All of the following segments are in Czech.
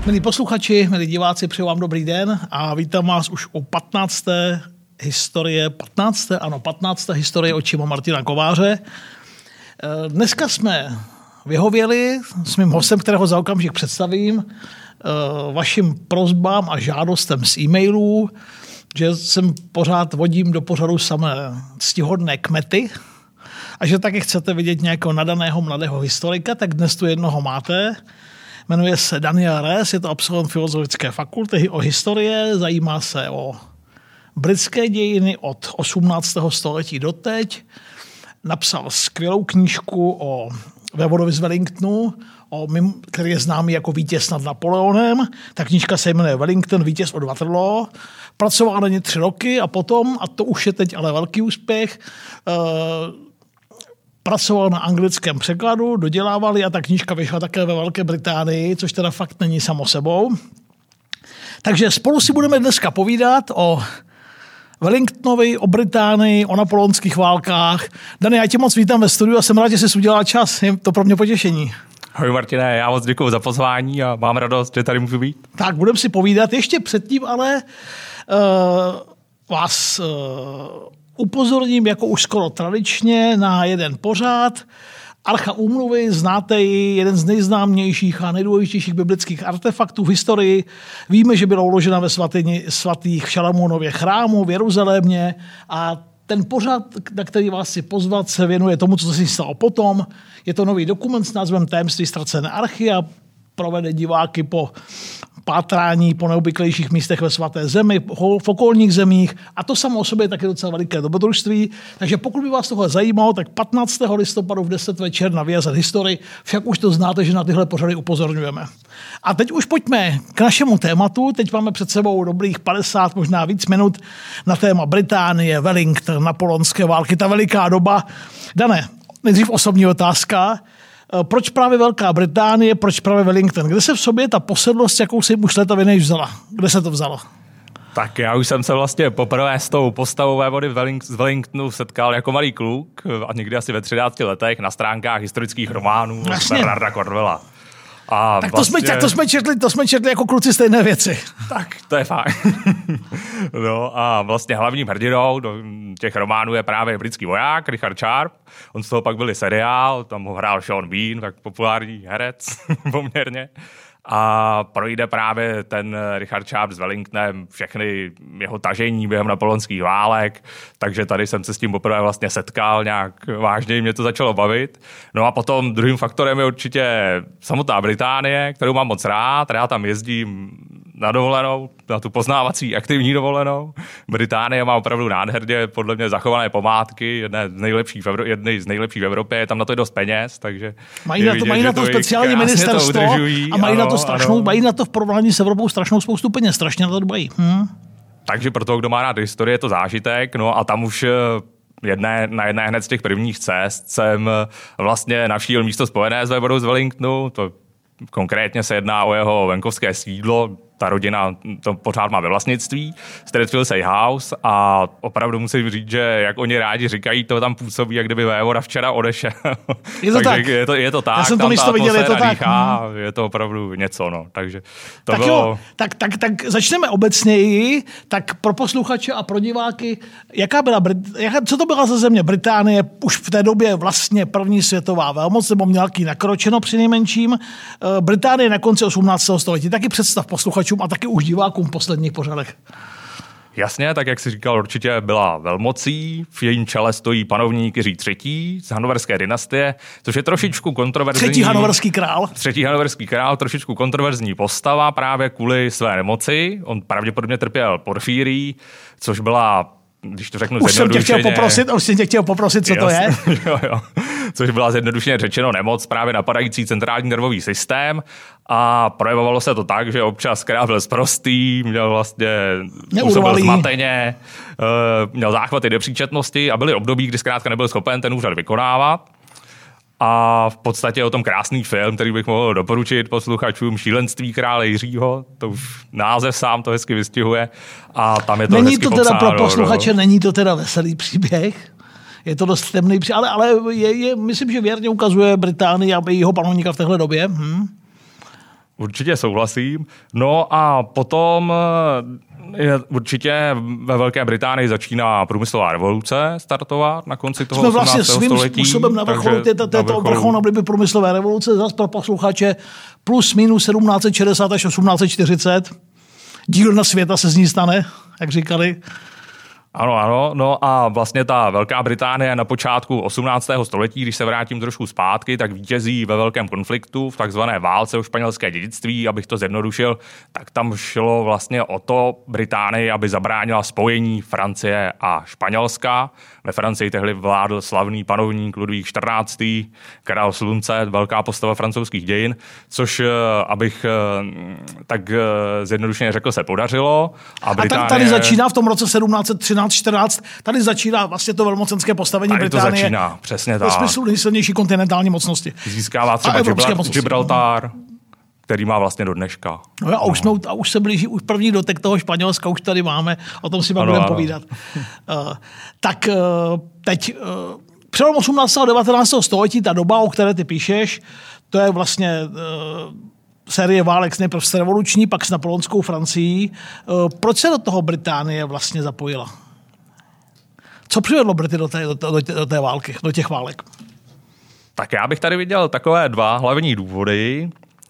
Milí posluchači, milí diváci, přeju vám dobrý den a vítám vás už u 15. historie očima Martina Kováře. Dneska jsme vyhověli s mým hostem, kterého za okamžik představím, vašim prosbám a žádostem z e-mailů, že sem pořád vodím do pořadu samé ctihodné kmety a že taky chcete vidět nějakého nadaného mladého historika, tak dnes tu jednoho máte. Jmenuje se Daniel Ress, je to absolvent Filozofické fakulty o historie, zajímá se o britské dějiny od 18. století doteď. Napsal skvělou knížku o vévodovi z Wellingtonu, který je známý jako vítěz nad Napoleonem. Ta knížka se jmenuje Wellington, vítěz od Waterloo. Pracoval na ně 3 roky a potom, a to už je teď ale velký úspěch, pracoval na anglickém překladu, dodělávali a ta knížka vyšla také ve Velké Británii, což teda fakt není samo sebou. Takže spolu si budeme dneska povídat o Wellingtonovi, o Británii, o napoleonských válkách. Dani, já tě moc vítám ve studiu a jsem rád, že jsi udělal čas. Je to pro mě potěšení. Ahoj Martine, já moc děkuji za pozvání a mám radost, že tady můžu být. Tak, budeme si povídat. Ještě předtím ale vás upozorním, jako už skoro tradičně, na jeden pořad. Archa úmluvy, znáte ji, jeden z nejznámějších a nejdůležitějších biblických artefaktů v historii. Víme, že byla uložena ve svatyni svatých v Šalamounově chrámu v Jeruzalémě a ten pořad, na který vás chci pozvat, se věnuje tomu, co se stalo potom. Je to nový dokument s názvem Tajemství ztracené archy a provede diváky po pátrání po neobvyklejších místech ve svaté zemi, v okolních zemích a to samo o sobě je taky docela veliké dobrodružství. Takže pokud by vás tohle zajímalo, tak 15. listopadu v 10 večer na Via Z Historii, však už to znáte, že na tyhle pořady upozorňujeme. A teď už pojďme k našemu tématu. Teď máme před sebou dobrých 50, možná víc minut na téma Británie, Wellington, napoleonské války, ta veliká doba. Dane, nejdřív osobní otázka. Proč právě Velká Británie, proč právě Wellington? Kde se v sobě ta posedlost, jakou si už leta než vzala? Kde se to vzalo? Tak já už jsem se vlastně poprvé s tou postavou vévody z Wellingtonu setkal jako malý kluk a někdy asi ve 13 letech na stránkách historických románů Bernarda Cornwella. A tak vlastně... to jsme četli jako kluci stejné věci. Tak, to je fajn. No a vlastně hlavním hrdinou do těch románů je právě britský voják Richard Sharp. On z toho pak byl seriál, tam ho hrál Sean Bean, tak populární herec poměrně. A projde právě ten Richard Sharp s Wellingtonem všechny jeho tažení během napoleonských válek, takže tady jsem se s tím poprvé vlastně setkal, nějak vážněji mě to začalo bavit. No a potom druhým faktorem je určitě samotná Británie, kterou mám moc rád, já tam jezdím na dovolenou, na tu poznávací aktivní dovolenou. Británie má opravdu nádherně podle mě zachované památky, jedny z nejlepších v Evropě, je tam na to dost peněz, takže mají na to speciální ministerstvo a mají na to v porovnání s Evropou strašnou spoustu peněz, strašně na to dbají. Takže pro toho, kdo má rád historii, je to zážitek, no a tam už na jedné hned z těch prvních cest jsem vlastně navštívil místo spojené s vévodou z Wellingtonu, to konkrétně se jedná o jeho venkovské sídlo, ta rodina to pořád má ve vlastnictví, Stratfieldsaye House a opravdu musím říct, že jak oni rádi říkají, to tam působí, jak kdyby vévoda včera odešel. Je to tak. Je to tak. Já jsem to místo viděl, je to tak. Dýchá, je to opravdu něco, no. Takže to tak bylo... Jo, tak začneme obecněji, tak pro posluchače a pro diváky, co to byla za země? Británie už v té době vlastně první světová velmoc, nebo měla nakročeno přinejmenším. Británie na konci 18. století. Taky představ posluchačům a taky už divákům v posledních pořadech. Jasně, tak jak jsi říkal, určitě byla velmocí. V jejím čele stojí panovník Jiří III. Z hanoverské dynastie, což je trošičku kontroverzní. Třetí hanoverský král, trošičku kontroverzní postava právě kvůli své nemoci. On pravděpodobně trpěl porfírií, což byla, když to řeknu zjednodušeně... Už jsem tě chtěl poprosit, co to je. Jo. Což byla zjednodušeně řečeno nemoc právě napadající centrální nervový systém a projevovalo se to tak, že občas král byl sprostý, měl vlastně působil zmateně, měl záchvaty nepříčetnosti a byly období, kdy zkrátka nebyl schopen ten úřad vykonávat. A v podstatě o tom krásný film, který bych mohl doporučit posluchačům, Šílenství krále Jiřího, to už název sám to hezky vystihuje a tam je to není hezky to teda popsáno, pro posluchače, není to teda veselý příběh, je to dost temný příběh, ale myslím, že věrně ukazuje Británii a jeho panovníka v téhle době. Určitě souhlasím. No a potom určitě ve Velké Británii začíná průmyslová revoluce startovat na konci toho 18. Jsme vlastně svým způsobem na vrcholu této vrcholné období průmyslové revoluce, zase pro posluchače plus minus 1760 až 1840. Dílna světa se z ní stane, jak říkali. Ano, no a vlastně ta Velká Británie na počátku 18. století, když se vrátím trošku zpátky, tak vítězí ve velkém konfliktu v takzvané válce o španělské dědictví, abych to zjednodušil, tak tam šlo vlastně o to Británii, aby zabránila spojení Francie a Španělska. Ve Francii tehdy vládl slavný panovník Ludvík XIV., král slunce, velká postava francouzských dějin, což, abych tak zjednodušeně řekl, se podařilo. A Británie... tady začíná v tom roce 1713-14, tady začíná vlastně to velmocenské postavení tady Británie. To začíná, přesně tak. Ve smyslu nejsilnější kontinentální mocnosti. Získává třeba Gibraltar, který má vlastně do dneška. No a už se blíží už první dotek toho Španělska, už tady máme, o tom si pak budeme povídat. Teď přelom 18. a 19. století, ta doba, o které ty píšeš, to je vlastně série válek nejprve s revoluční, pak s napoleonskou Francií. Proč se do toho Británie vlastně zapojila? Co přivedlo Brity do té války, do těch válek? Tak já bych tady viděl takové dva hlavní důvody.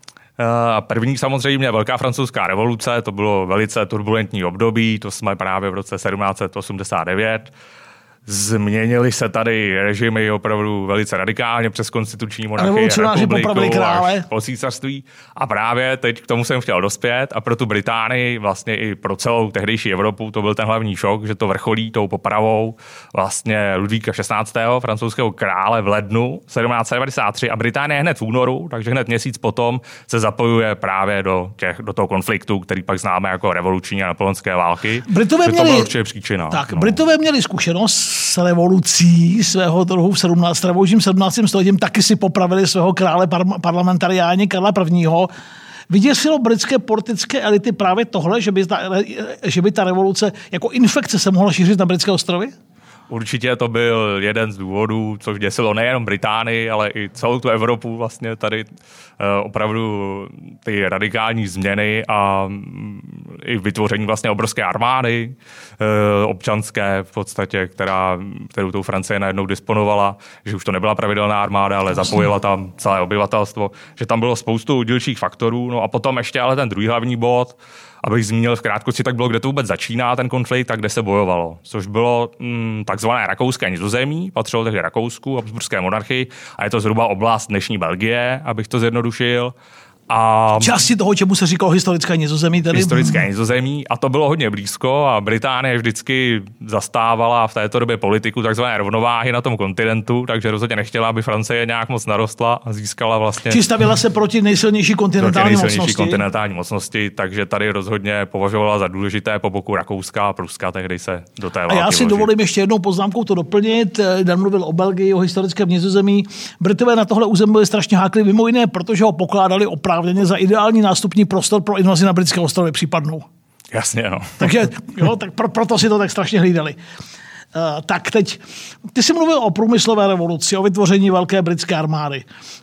První samozřejmě Velká francouzská revoluce, to bylo velice turbulentní období, to jsme právě v roce 1789. Změnily se tady režimy opravdu velice radikálně přes konstituční monarchii, republiku až po císařství. A právě teď k tomu jsem chtěl dospět a pro tu Británii, vlastně i pro celou tehdejší Evropu, to byl ten hlavní šok, že to vrcholí tou popravou vlastně Ludvíka XVI., francouzského krále v lednu 1793 a Británie hned v únoru, takže hned měsíc potom se zapojuje právě do toho konfliktu, který pak známe jako revoluční a napoleonské války. Britové to byla určitě příčina. Britové měli zkušenost s revolucí svého druhu v 17. stoletím, taky si popravili svého krále parlamentariáně Karla I. Vyděsilo britské politické elity právě tohle, že by ta revoluce jako infekce se mohla šířit na britské ostrovy? Určitě to byl jeden z důvodů, což děsilo nejenom Británii, ale i celou tu Evropu vlastně tady opravdu ty radikální změny a i vytvoření vlastně obrovské armády občanské v podstatě, kterou tou Francie najednou disponovala, že už to nebyla pravidelná armáda, ale zapojila tam celé obyvatelstvo, že tam bylo spoustu dílčích faktorů. No a potom ještě ale ten druhý hlavní bod, abych zmínil v krátkosti, tak bylo, kde to vůbec začíná ten konflikt a kde se bojovalo. Což bylo takzvané rakouské Nizozemí, patřilo tehdy Rakousku, Habsburské monarchii a je to zhruba oblast dnešní Belgie, abych to zjednodušil. A části toho, čemu se říkalo historické Nizozemí. Historické Nizozemí a to bylo hodně blízko a Británie vždycky zastávala v této době politiku takzvané rovnováhy na tom kontinentu, takže rozhodně nechtěla, aby Francie nějak moc narostla a získala vlastně... Či stavila se proti nejsilnější kontinentální mocnosti, takže tady rozhodně považovala za důležité po boku Rakouska a Pruska, tehdy se do té války a já si dovolím ještě jednou poznámkou to doplnit. Dan mluvil o Belgii, o historickém Nizozemí. Britové na tohle území byli strašně hákliví, mimo jiné, protože ho pokládali oprávněně za ideální nástupní prostor pro invazi na britské ostrovy případnou. Jasně, no. Takže proto si to tak strašně hlídali. Tak teď, ty jsi mluvil o průmyslové revoluci, o vytvoření velké britské armády.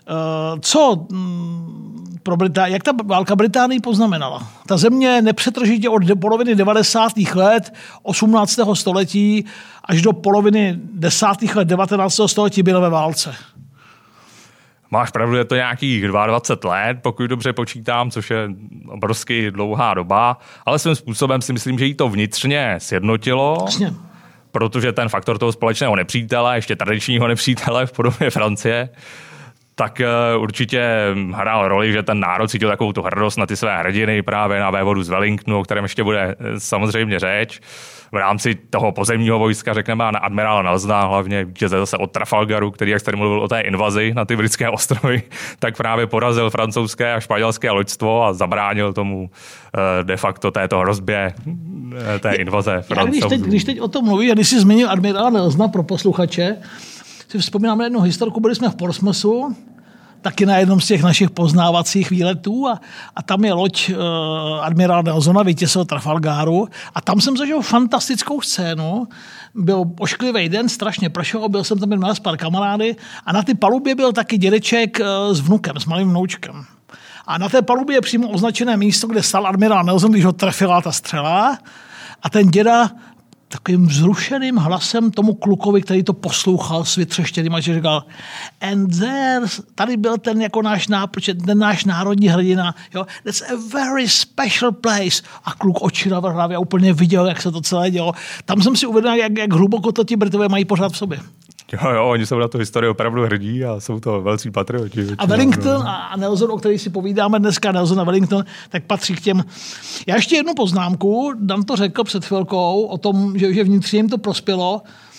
Jak ta válka Británii poznamenala? Ta země nepřetržitě od poloviny 90. let 18. století až do poloviny 10. let 19. století byla ve válce. Máš pravdu, je to nějakých 22 let, pokud dobře počítám, což je obrovsky dlouhá doba, ale svým způsobem si myslím, že jí to vnitřně sjednotilo. Jasně. Protože ten faktor toho společného nepřítele, ještě tradičního nepřítele v podobě Francie, tak určitě hrál roli, že ten národ cítil takovou tu hrdost na ty své hrdiny, právě na vévodu z Wellingtonu, o kterém ještě bude samozřejmě řeč. V rámci toho pozemního vojska, řekneme, na admirála Nelsona, hlavně vítěze zase od Trafalgaru, který, jak jste mluvil o té invazi na ty britské ostrovy, tak právě porazil francouzské a španělské loďstvo a zabránil tomu de facto této hrozbě té invaze Francouzů. Když teď o tom mluví, a když jsi zmínil admirála Nelsona pro posluchače, si vzpomínám na jednu historku, byli jsme v Portsmouthu, taky na jednom z těch našich poznávacích výletů a tam je loď admirála Nelsona, vítěz Trafalgaru a tam jsem zažil fantastickou scénu. Byl ošklivý den, strašně pršelo, byl jsem tam jen s pár kamarády a na ty palubě byl taky dědeček s vnukem, s malým vnoučkem. A na té palubě je přímo označené místo, kde stál admirál Nelson, když ho trefila ta střela. A ten děda takovým vzrušeným hlasem tomu klukovi, který to poslouchal s vytřeštěným, že říkal, and there, tady byl ten jako ten náš národní hrdina, jo, that's a very special place. A kluk oči na hlavě a úplně viděl, jak se to celé dělo. Tam jsem si uvědomil, jak hluboko to ti Britové mají pořád v sobě. Jo, oni jsou na tu historii opravdu hrdí a jsou to velcí patrioti. A Wellington a Nelson, o který si povídáme dneska, Nelson a Wellington, tak patří k těm. Já ještě jednu poznámku, Dan to řekl před chvilkou, o tom, že vnitřně jim to prospělo.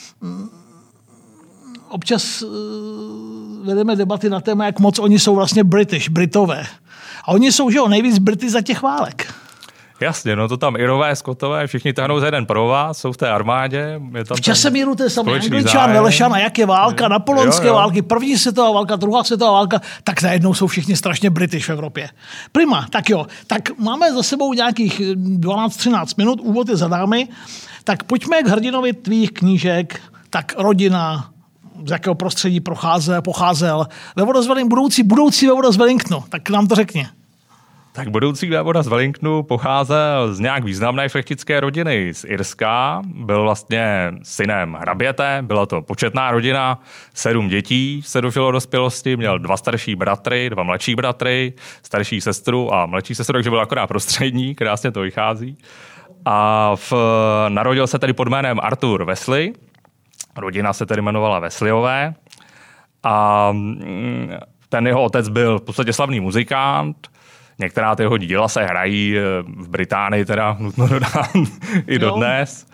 Občas vedeme debaty na téma, jak moc oni jsou vlastně Britové. A oni jsou, že jo, nejvíc Brity za těch válek. Jasně, no to tam Irové, Skotové, všichni tahnou za jeden pro vás, jsou v té armádě. Je tam v Časemíru to je samý Angličan, Velšan, a jak je válka, napoleonské války, první světová válka, druhá světová válka, tak najednou jsou všichni strašně British v Evropě. Prima, tak jo. Tak máme za sebou nějakých 12-13 minut, úvod je za námi, tak pojďme k hrdinovi tvých knížek, tak rodina, z jakého prostředí pocházel, budoucí vévoda z Wellingtonu, tak nám to řekni. Tak budoucí vévoda z Wellingtonu pocházel z nějak významné šlechtické rodiny z Irska. Byl vlastně synem hraběte, byla to početná rodina, 7 dětí se dožilo dospělosti, měl 2 starší bratry, 2 mladší bratry, starší sestru a mladší sestru, takže byl akorát prostřední, krásně to vychází. A narodil se tedy pod jménem Arthur Wesley, rodina se tedy jmenovala Wesleyové a ten jeho otec byl v podstatě slavný muzikant. Některá jeho díla se hrají v Británii, teda nutno dodat i dodnes.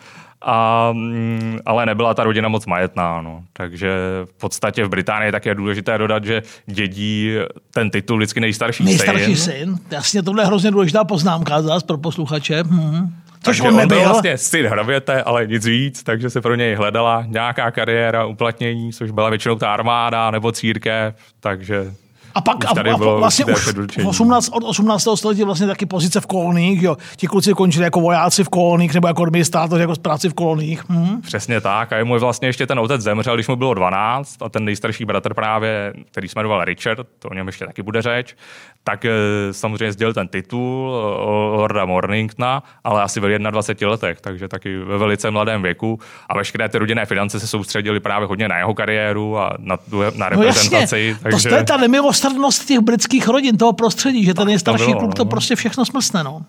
Ale nebyla ta rodina moc majetná. No. Takže v podstatě v Británii také je důležité dodat, že dědí ten titul vždycky nejstarší syn. Jasně, tohle je hrozně důležitá poznámka zás pro posluchače. Což on byl vlastně syn hraběte, ale nic víc, takže se pro něj hledala nějaká kariéra, uplatnění, což byla většinou ta armáda nebo církev, takže... A pak vlastně už od 18. století vlastně taky pozice v koloniích, jo. Ti kluci končili jako vojáci v koloniích nebo jako administrátoři, jako práci v koloniích. Přesně tak. A jemu vlastně ještě ten otec zemřel, když mu bylo 12 a ten nejstarší bratr právě, který se jmenoval Richard, to o něm ještě taky bude řeč, tak samozřejmě sdělil ten titul Lorda Morningtona, ale asi v 21 letech, takže taky ve velice mladém věku a veškeré ty rodinné finance se soustředily právě hodně na jeho kariéru a na reprezentaci. No jasně, to je ta nemilosrdnost těch britských rodin, toho prostředí, že ten nejstarší kluk to prostě všechno smlsne. No.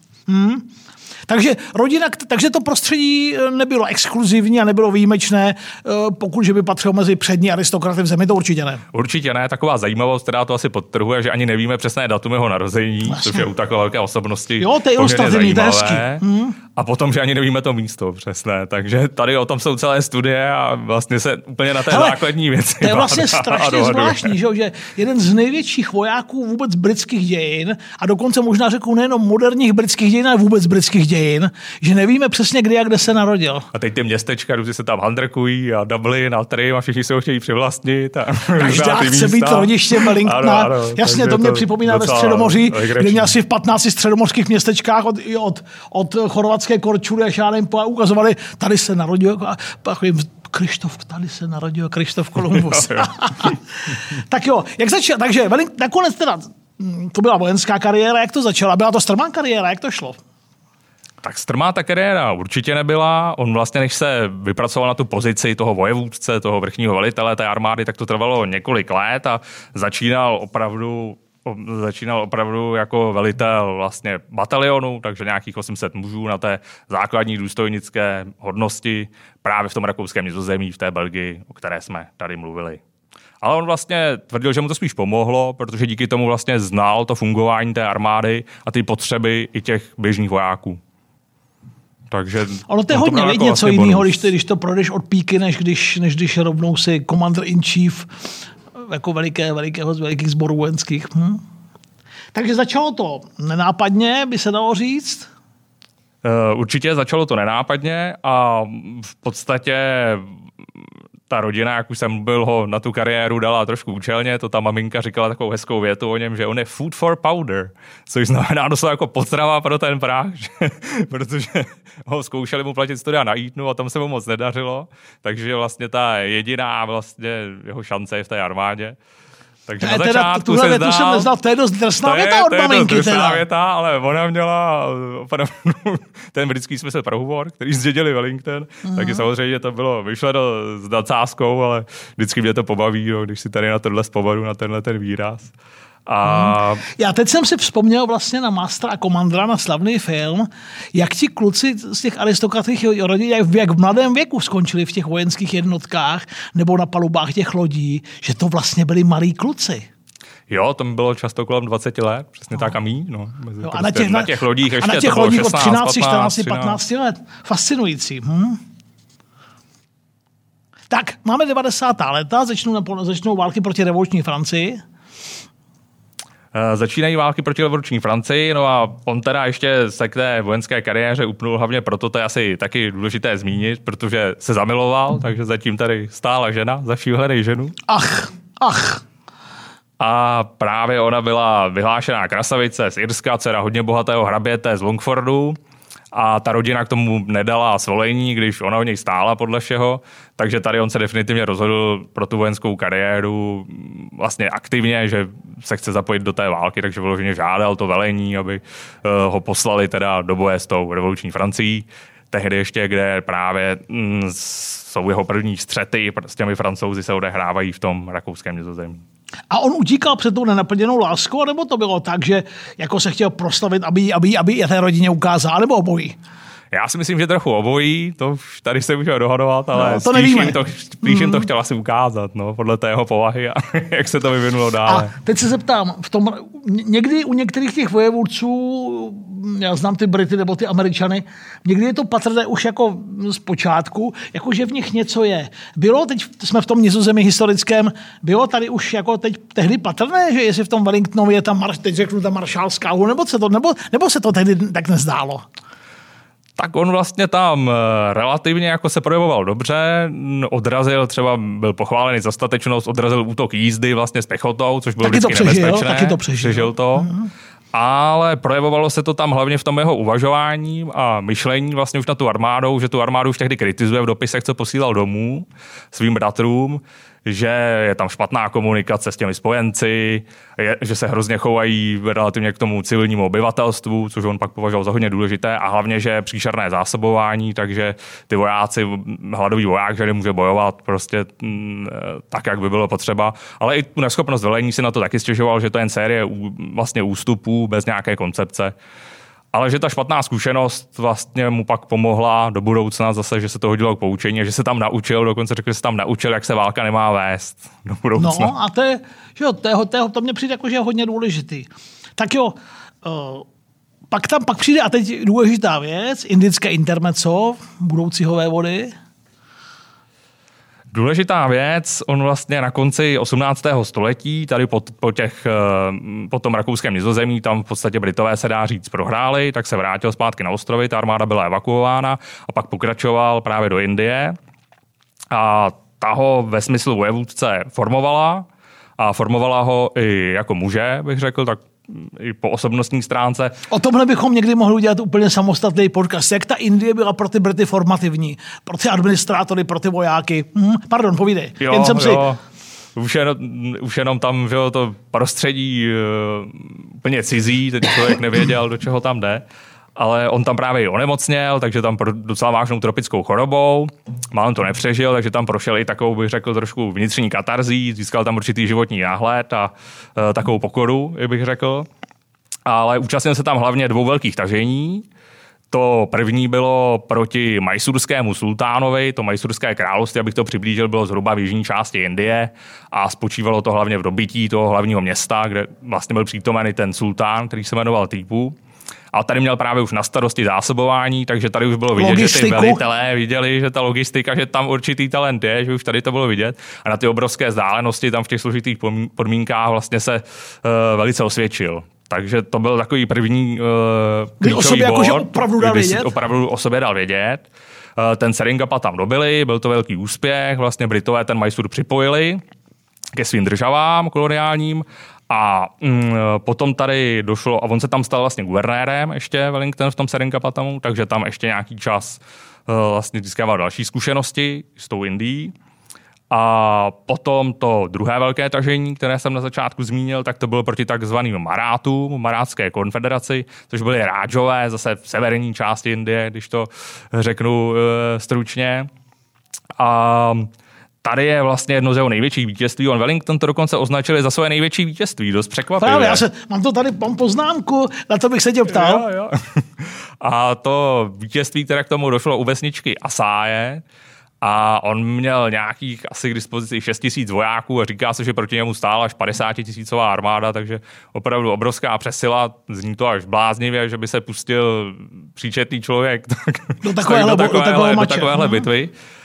Takže to prostředí nebylo exkluzivní a nebylo výjimečné, pokud že by patřilo mezi přední aristokraty v zemi, to určitě ne. Určitě ne, taková zajímavost, která to asi podtrhuje, že ani nevíme přesné datum jeho narození, což je u takové velké osobnosti. Jo, to je ilustrativní, to je hezký. A potom, že ani nevíme to místo přesné, takže tady o tom jsou celé studie a vlastně se úplně na té základní věci. To je vlastně strašně zvláštní, že jeden z největších vojáků vůbec britských dějin a dokonce možná řeknu nejenom moderních britských dějin, ale vůbec britských dějin, že nevíme přesně kdy a kde se narodil. A teď ty městečka, různě se tam handrkují a Dublin a Trim a všichni se ho chtějí přivlastnit. Každá chce být rodištěm Wellingtona. Jasně, to mě připomíná ve Středomoří, kde mě asi v 15 středomořských městečkách od chorvatské Korčuly až já nevím, ukazovali, tady se narodil tady se narodil Krištof Kolumbus. Tak jo, jak začal? Takže nakonec teda to byla vojenská kariéra, jak to začala? Byla to strmá kariéra, jak to šlo? Tak strmá ta kariéra určitě nebyla. On vlastně, než se vypracoval na tu pozici toho vojevůdce, toho vrchního velitele té armády, tak to trvalo několik let a začínal opravdu jako velitel vlastně batalionu, takže nějakých 800 mužů na té základní důstojnické hodnosti právě v tom rakouském Nizozemí, v té Belgii, o které jsme tady mluvili. Ale on vlastně tvrdil, že mu to spíš pomohlo, protože díky tomu vlastně znal to fungování té armády a ty potřeby i těch běžných vojáků. Takže ono to je hodně jako něco vlastně jiného, když to projdeš od píky, než když rovnou si commander in chief jako velikého z velikých sborů vojenských. Takže začalo to nenápadně, by se dalo říct? Určitě začalo to nenápadně a v podstatě ta rodina, jak už jsem byl, ho na tu kariéru dala trošku účelně, to ta maminka říkala takovou hezkou větu o něm, že on je food for powder, což znamená doslova jako potrava pro ten prach, protože ho zkoušeli mu platit studia na Eatonu a tam se mu moc nedařilo, takže vlastně ta jediná vlastně jeho šance je v té armádě. Takže na začátku se větu jsem neznal, to je dost drsná věta od maminky. To je drsná věta, ale ona měla opravdu ten britský smysl pro humor, který zdědili Wellington, takže samozřejmě to bylo vyšleno s nadsázkou, ale vždycky mě to pobaví, když si tady na tohle vzpomenu, na tenhle ten výraz. Já teď jsem si vzpomněl vlastně na Mastera a Komandra, na slavný film, jak ti kluci z těch aristokratních rodin, jak v mladém věku skončili v těch vojenských jednotkách nebo na palubách těch lodí, že to vlastně byli malí kluci. Jo, to bylo často kolem 20 let, přesně tak a míň. No, a na těch lodích ještě a na těch to bylo lodích 16, od 13, 15, 14, 15 let. Fascinující. Tak, máme 90. léta, začnou války proti revoluční Francii. Začínají války proti revoluční Francii, no a on teda ještě se k té vojenské kariéře upnul hlavně proto, to je asi taky důležité zmínit, protože se zamiloval, takže zatím tady stála žena, zavší hledej ženu. Ach. A právě ona byla vyhlášená krasavice z Irska, dcera hodně bohatého hraběte z Longfordu. A ta rodina k tomu nedala svolení, když ona o něj stála podle všeho. Takže tady on se definitivně rozhodl pro tu vojenskou kariéru vlastně aktivně, že se chce zapojit do té války, takže vyloženě žádal to velení, aby ho poslali teda do boje s tou revoluční Francií. Tehdy ještě, kde právě jsou jeho první střety s těmi Francouzi se odehrávají v tom rakouském Nizozemí. A on utíkal před tou nenaplněnou láskou, nebo to bylo tak, že jako se chtěl proslavit, aby té rodině ukázal, nebo obojí? Já si myslím, že trochu obojí, to už tady se můžeme dohadovat, ale spíš jim to chtěl asi ukázat, no, podle té jeho povahy a jak se to vyvinulo dále. A teď se zeptám, někdy u některých těch vojevůdců, já znám ty Brity nebo ty Američany, někdy je to patrné už jako z počátku, jako že v nich něco je. Bylo, teď jsme v tom Nizozemí historickém, bylo tady už jako teď tehdy patrné, že jestli v tom Wellingtonově je tam, teď řeknu ta maršálská, nebo se to tehdy tak nezdálo? Tak on vlastně tam relativně jako se projevoval dobře, odrazil, třeba byl pochválený za statečnost, odrazil útok jízdy vlastně s pechotou, což bylo vždycky nebezpečné. Taky to přežil to. Ale projevovalo se to tam hlavně v tom jeho uvažování a myšlení vlastně už na tu armádou, že tu armádu už tehdy kritizuje v dopisech, co posílal domů svým bratrům, že je tam špatná komunikace s těmi spojenci, že se hrozně chovají relativně k tomu civilnímu obyvatelstvu, což on pak považoval za hodně důležité, a hlavně, že je příšerné zásobování, takže ty vojáci, hladový voják, že nemůže bojovat prostě tak, jak by bylo potřeba. Ale i tu neschopnost velení si na to taky stěžoval, že to je jen série vlastně ústupů bez nějaké koncepce. Ale že ta špatná zkušenost vlastně mu pak pomohla do budoucna zase, že se to hodilo k poučení a že se tam naučil, dokonce řekl, že se tam naučil, jak se válka nemá vést do budoucna. No a to mě přijde jako, že je hodně důležitý. Tak jo, pak přijde, a teď důležitá věc, indické intermezzo budoucího vévody. Důležitá věc, on vlastně na konci 18. století, tady po tom rakouském Nizozemí, tam v podstatě Britové se dá říct prohráli, tak se vrátil zpátky na ostrovy, ta armáda byla evakuována a pak pokračoval právě do Indie. A ta ho ve smyslu vojevůdce formovala a formovala ho i jako muže, bych řekl, tak i po osobnostní stránce. O tomhle bychom někdy mohli udělat úplně samostatný podcast. Jak ta Indie byla pro ty Brity formativní, pro ty administrátory, pro ty vojáky. Pardon, povídej. Už jenom tam, že to prostředí úplně cizí, teď člověk nevěděl, do čeho tam jde. Ale on tam právě onemocněl, takže tam docela vážnou tropickou chorobou. Málem to nepřežil, takže tam prošel i takovou, bych řekl, trošku vnitřní katarzí, získal tam určitý životní náhled a takovou pokoru, bych řekl. Ale účastnil se tam hlavně 2 velkých tažení. To první bylo proti majsurskému sultánovi, to majsurské království, abych to přiblížil, bylo zhruba v jižní části Indie a spočívalo to hlavně v dobytí toho hlavního města, kde vlastně byl přítomen i ten sultán, který se jmenoval Tipu. A tady měl právě už na starosti zásobování, takže tady už bylo vidět, že ty velitelé viděli, že ta logistika, že tam určitý talent je, že už tady to bylo vidět. A na ty obrovské vzdálenosti tam v těch složitých podmínkách vlastně se velice osvědčil. Takže to byl takový první klíčový bod, opravdu o sobě dal vědět. Ten Seringapa tam dobili, byl to velký úspěch, vlastně Britové ten Mysur připojili ke svým državám koloniálním. A potom tady došlo, a on se tam stal vlastně guvernérem ještě Wellington v tom Seringapatamu, takže tam ještě nějaký čas vlastně získával další zkušenosti s tou Indií. A potom to druhé velké tažení, které jsem na začátku zmínil, tak to bylo proti takzvaným Marátům, Marátské konfederaci, což byly Rádžové, zase v severní části Indie, když to řeknu stručně. A tady je vlastně jedno z jeho největších vítězství. Wellington to dokonce označili za svoje největší vítězství, dost překvapivé. Právě, mám to tady, mám poznámku, na to bych se tě ptal. Jo. A to vítězství, které k tomu došlo u vesničky Asáje, a on měl nějakých asi k dispozici 6 000 vojáků a říká se, že proti němu stála až 50 000 armáda, takže opravdu obrovská přesila. Zní to až bláznivě, že by se pustil příčetný člověk do takovéhle bitvy.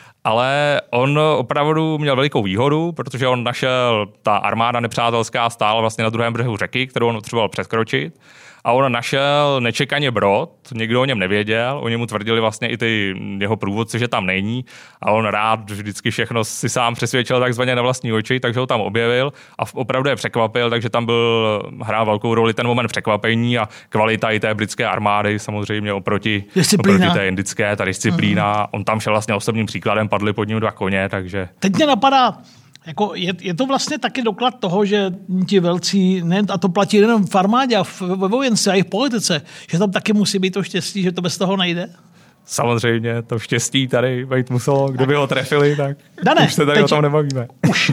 Ale on opravdu měl velikou výhodu, protože on našel, ta armáda nepřátelská stála vlastně na druhém břehu řeky, kterou on potřeboval překročit. A on našel nečekaně brod, nikdo o něm nevěděl, oni mu tvrdili vlastně i ty jeho průvodci, že tam není a on rád vždycky všechno si sám přesvědčil takzvaně na vlastní oči, takže ho tam objevil a opravdu je překvapil, takže tam hrál velkou roli ten moment překvapení a kvalita i té britské armády samozřejmě oproti té indické, ta disciplína. On tam šel vlastně osobním příkladem, padly pod ním 2 koně, takže... Teď mě napadá, jako je to vlastně taky doklad toho, že ti velcí, ne, a to platí jenom v armádě a ve vojenství a i v politice, že tam taky musí být to štěstí, že to bez toho nejde? Samozřejmě, to štěstí tady být muselo, kdyby ho trefili, tak Dane, už se tady o tom nebavíme. Už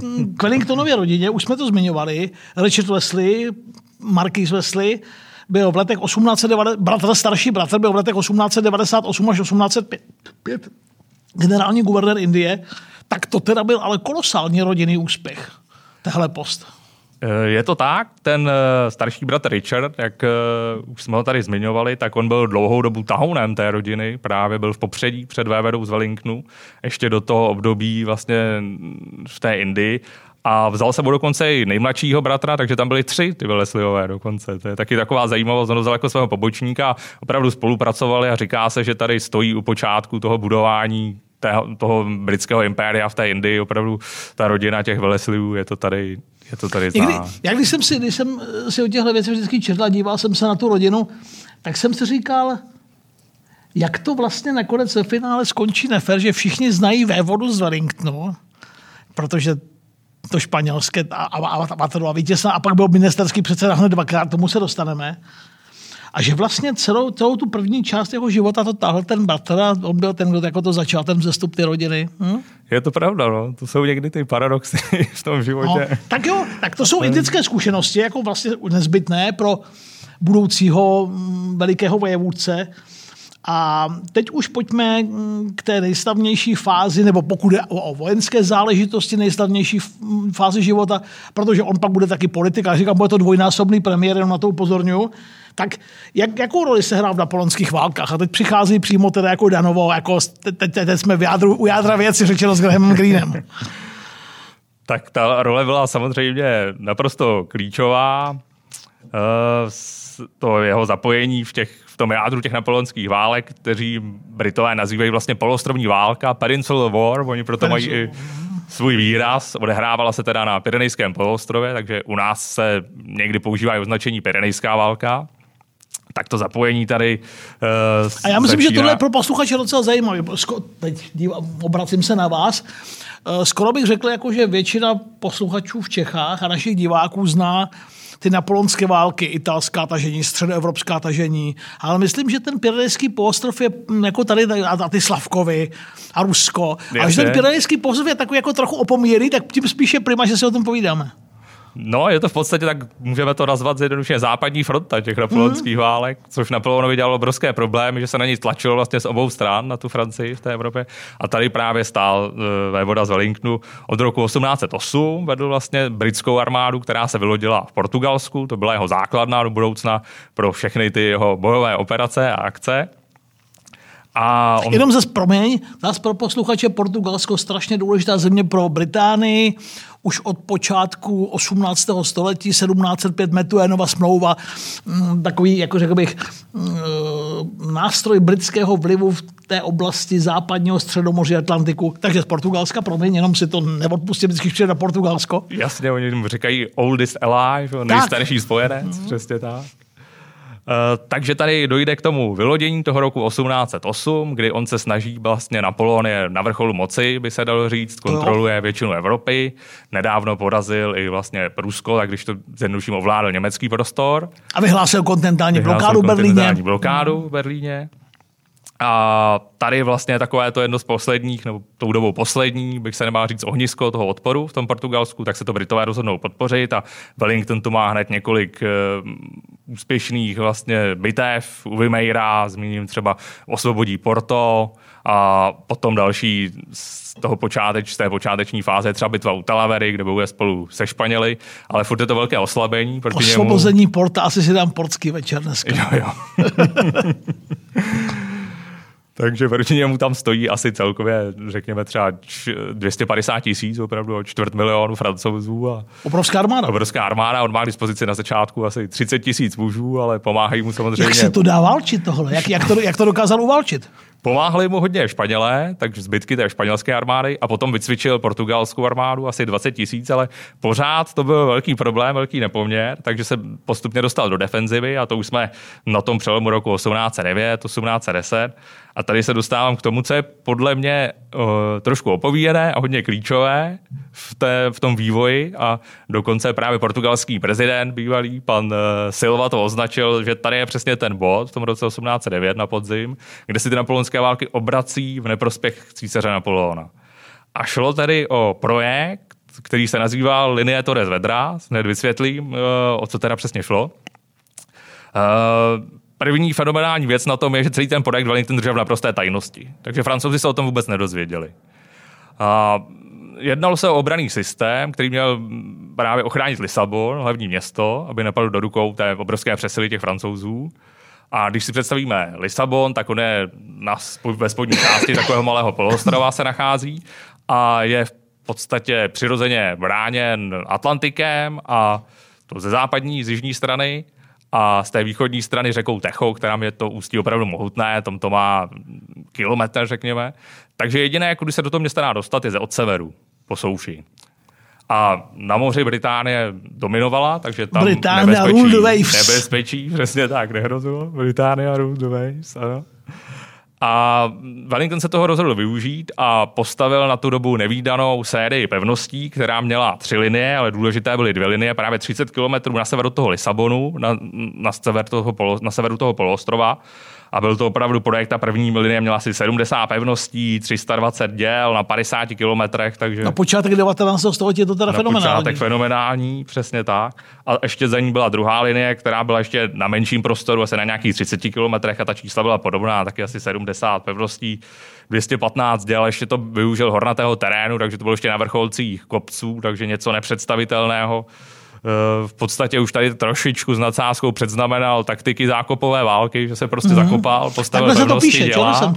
k Wellingtonově rodině, už jsme to zmiňovali, Richard Wesley, Marquis Wesley, byl v letech 1890, starší bratr byl v letech 1898 až 1805 generální guvernér Indie. Tak to teda byl ale kolosální rodinný úspěch, tehle post. Je to tak, ten starší bratr Richard, jak už jsme ho tady zmiňovali, tak on byl dlouhou dobu tahounem té rodiny, právě byl v popředí před vévodou z Wellingtonu, ještě do toho období vlastně v té Indii. A vzal sebou dokonce i nejmladšího bratra, takže tam byli 3 ty Wellesleyové dokonce. To je taky taková zajímavost, on vzal jako svého pobočníka, opravdu spolupracovali a říká se, že tady stojí u počátku toho budování toho britského impéria v té Indii, opravdu ta rodina těch Wellesleyů je to tady zná. Když jsem si o těchto věcech vždycky četl a díval jsem se na tu rodinu, tak jsem si říkal, jak to vlastně nakonec ve finále skončí nefér, že všichni znají vévodu z Wellingtonu, protože to španělské a vítězná a pak byl ministerský předseda hned 2krát, tomu se dostaneme. A že vlastně celou tu první část jeho života to táhl ten bratr a on byl ten, kdo jako to začal, ten vzestup ty rodiny. Je to pravda, no. To jsou někdy ty paradoxy v tom životě. No, tak jo, tak to jsou indické zkušenosti, jako vlastně nezbytné pro budoucího velikého vojevůdce. A teď už pojďme k té nejslavnější fázi, nebo pokud je o vojenské záležitosti, nejslavnější fázi života, protože on pak bude taky politik, a říkám, bude to dvojnásobný premiér, jenom na to upozorňuji. Tak jakou roli se hrál v napoleonských válkách? A teď přichází přímo teda jako Danovo, jako teď jsme u jádra věci řečeno s Grahamem Greenem. Tak ta role byla samozřejmě naprosto klíčová. To jeho zapojení v tom jádru těch napoleonských válek, kteří Britové nazývají vlastně poloostrovní válka, Peninsular War, oni proto mají i svůj výraz, odehrávala se teda na Pyrenejském poloostrově, takže u nás se někdy používá označení Pyrenejská válka. Tak to zapojení tady a já myslím, že tohle je pro posluchače docela zajímavé. Teď obracím se na vás. Skoro bych řekl, jako, že většina posluchačů v Čechách a našich diváků zná ty napoleonské války, italská tažení, středoevropská tažení. Ale myslím, že ten Pyrenejský poloostrov je jako tady a ty Slavkovy a Rusko. A že ten Pyrenejský poloostrov je takový jako trochu opomíjený, tak tím spíše prima, že si o tom povídáme. No, je to v podstatě tak, můžeme to nazvat zjednodušeně západní fronta těch napoleonských válek, což Napoleonovi dělalo obrovské problémy, že se na něj tlačilo vlastně z obou stran na tu Francii v té Evropě. A tady právě stál vévoda z Wellingtonu. Od roku 1808 vedl vlastně britskou armádu, která se vylodila v Portugalsku. To byla jeho základna do budoucna pro všechny ty jeho bojové operace a akce. Jenom zase pro posluchače, Portugalsko strašně důležitá země pro Británii. Už od počátku 18. století, 1705 Metuenova smlouva, takový, jako řekl bych, nástroj britského vlivu v té oblasti západního Středomoří Atlantiku. Takže z Portugalska, jenom si to neodpustím, vždycky přijde na Portugalsko. Jasně, oni říkají oldest ally, nejstarší spojenec, přesně tak. Takže tady dojde k tomu vylodění toho roku 1808, kdy on se snaží vlastně Napoleon je na vrcholu moci, by se dalo říct, kontroluje většinu Evropy. Nedávno porazil i vlastně Prusko, tak když to zjednoduším ovládl německý prostor. A vyhlásil kontinentální blokádu v Berlíně. A tady vlastně takové to jedno z posledních, nebo tou dobou poslední, bych se nebál říct ohnisko toho odporu v tom Portugalsku, tak se to Britové rozhodnou podpořit a Wellington tu má hned několik úspěšných vlastně bitev u Vimeira, zmíním třeba osvobodí Porto a potom další z té počáteční fáze třeba bitva u Talavery, kde bojuje spolu se Španěli, ale furt je to velké oslabení. Osvobození Porta, asi si dám portský večer dneska. Jo. Takže proti němu tam stojí asi celkově, řekněme třeba 250 000, opravdu 250 000 Francouzů. A obrovská armáda, on má k dispozici na začátku asi 30 000 mužů, ale pomáhají mu samozřejmě. Jak se to dá válčit tohle? Jak to dokázal uválčit? Pomáhali mu hodně Španělé, takže zbytky té španělské armády a potom vycvičil portugalskou armádu asi 20 000, ale pořád to byl velký problém, velký nepoměr, takže se postupně dostal do defenzivy a to už jsme na tom přelomu roku 1809, 1810 a tady se dostávám k tomu, co je podle mě trošku opovídané a hodně klíčové v tom vývoji a dokonce právě portugalský prezident bývalý, pan Silva to označil, že tady je přesně ten bod v tom roce 1809 na podzim, kde si ty napoleonské války obrací v neprospěch císaře Napoleona. A šlo tedy o projekt, který se nazýval Linie Torres Vedras, hned vysvětlím, o co teda přesně šlo. První fenomenální věc na tom je, že celý ten projekt Wellington držel v naprosté tajnosti. Takže Francouzi se o tom vůbec nedozvěděli. Jednalo se o obranný systém, který měl právě ochránit Lisabon, hlavní město, aby nepadl do rukou té obrovské přesily těch Francouzů. A když si představíme Lisabon, tak on je ve spodní části takového malého poloostrova se nachází a je v podstatě přirozeně bráněn Atlantikem a to ze západní, z jižní strany a z té východní strany řekou Tacho, která je to ústí opravdu mohutné, tam to má kilometr, řekněme. Takže jediné, když se do toho města dá dostat, je od severu po souši. A na moři Británie dominovala, takže tam nebezpečí, přesně tak, nehrozilo. Británie a rule the waves, ano. A Wellington se toho rozhodl využít a postavil na tu dobu nevídanou sérii pevností, která měla 3 linie, ale důležité byly 2 linie, právě 30 kilometrů na severu toho Lisabonu, na severu toho poloostrova. A byl to opravdu projekt, ta první linie měla asi 70 pevností, 320 děl na 50 kilometrech, takže... Na počátek 19. století je to teda fenomenální. Na počátek fenomenální, přesně tak. A ještě za ní byla druhá linie, která byla ještě na menším prostoru, asi na nějakých 30 kilometrech a ta čísla byla podobná, taky asi 70 pevností, 215 děl, ještě to využil hornatého terénu, takže to bylo ještě na vrcholcích kopců, takže něco nepředstavitelného. V podstatě už tady trošičku s nadsázkou předznamenal taktiky zákopové války, že se prostě zakopal, postavil pevnosti děla.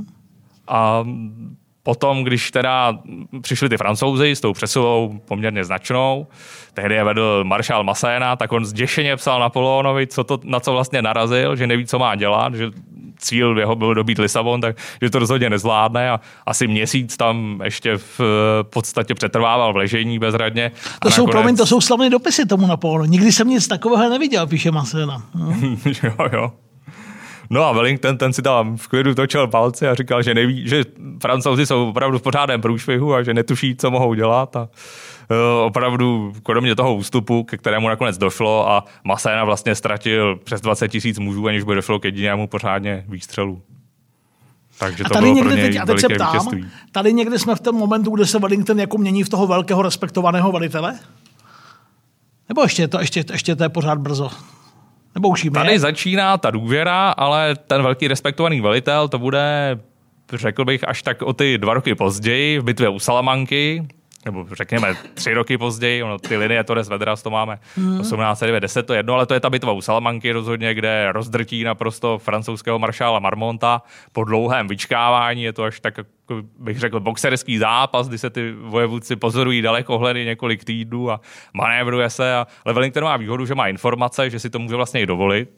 A potom, když teda přišli ty Francouzi s tou přesilou poměrně značnou, tehdy je vedl maršál Masséna, tak on zděšeně psal Napoleonovi, na co vlastně narazil, že neví, co má dělat, že cíl jeho byl dobít Lisabon, takže to rozhodně nezvládne a asi měsíc tam ještě v podstatě přetrvával v ležení bezradně. To jsou slavné dopisy tomu Napoleonu. Nikdy jsem nic takového neviděl, píše Masséna. Jo. No a Wellington, ten si tam v klidu točil palce a říkal, že neví, že Francouzi jsou opravdu v pořádném průšvihu a že netuší, co mohou dělat. A opravdu, kromě toho ústupu, ke kterému nakonec došlo a Masséna vlastně ztratil přes 20 000 mužů, aniž by došlo k jedinému pořádně výstřelu. Takže to bylo pro něj veliké vítězství. Tady někde jsme v tom momentu, kde se Wellington jako mění v toho velkého respektovaného velitele? Nebo ještě to je pořád brzo? Tady začíná ta důvěra, ale ten velký respektovaný velitel, to bude, řekl bych, až tak o ty 2 roky později v bitvě u Salamanky, nebo řekněme 3 roky později, ty linie Torres Vedras, to máme 1809-10, to jedno, ale to je ta bitva u Salamanky rozhodně, kde rozdrtí naprosto francouzského maršála Marmonta po dlouhém vyčkávání, je to až tak, bych řekl, boxerský zápas, kdy se ty vojevůdci pozorují dalekohledy několik týdnů a manévruje se, ale Wellington má výhodu, že má informace, že si to může vlastně i dovolit,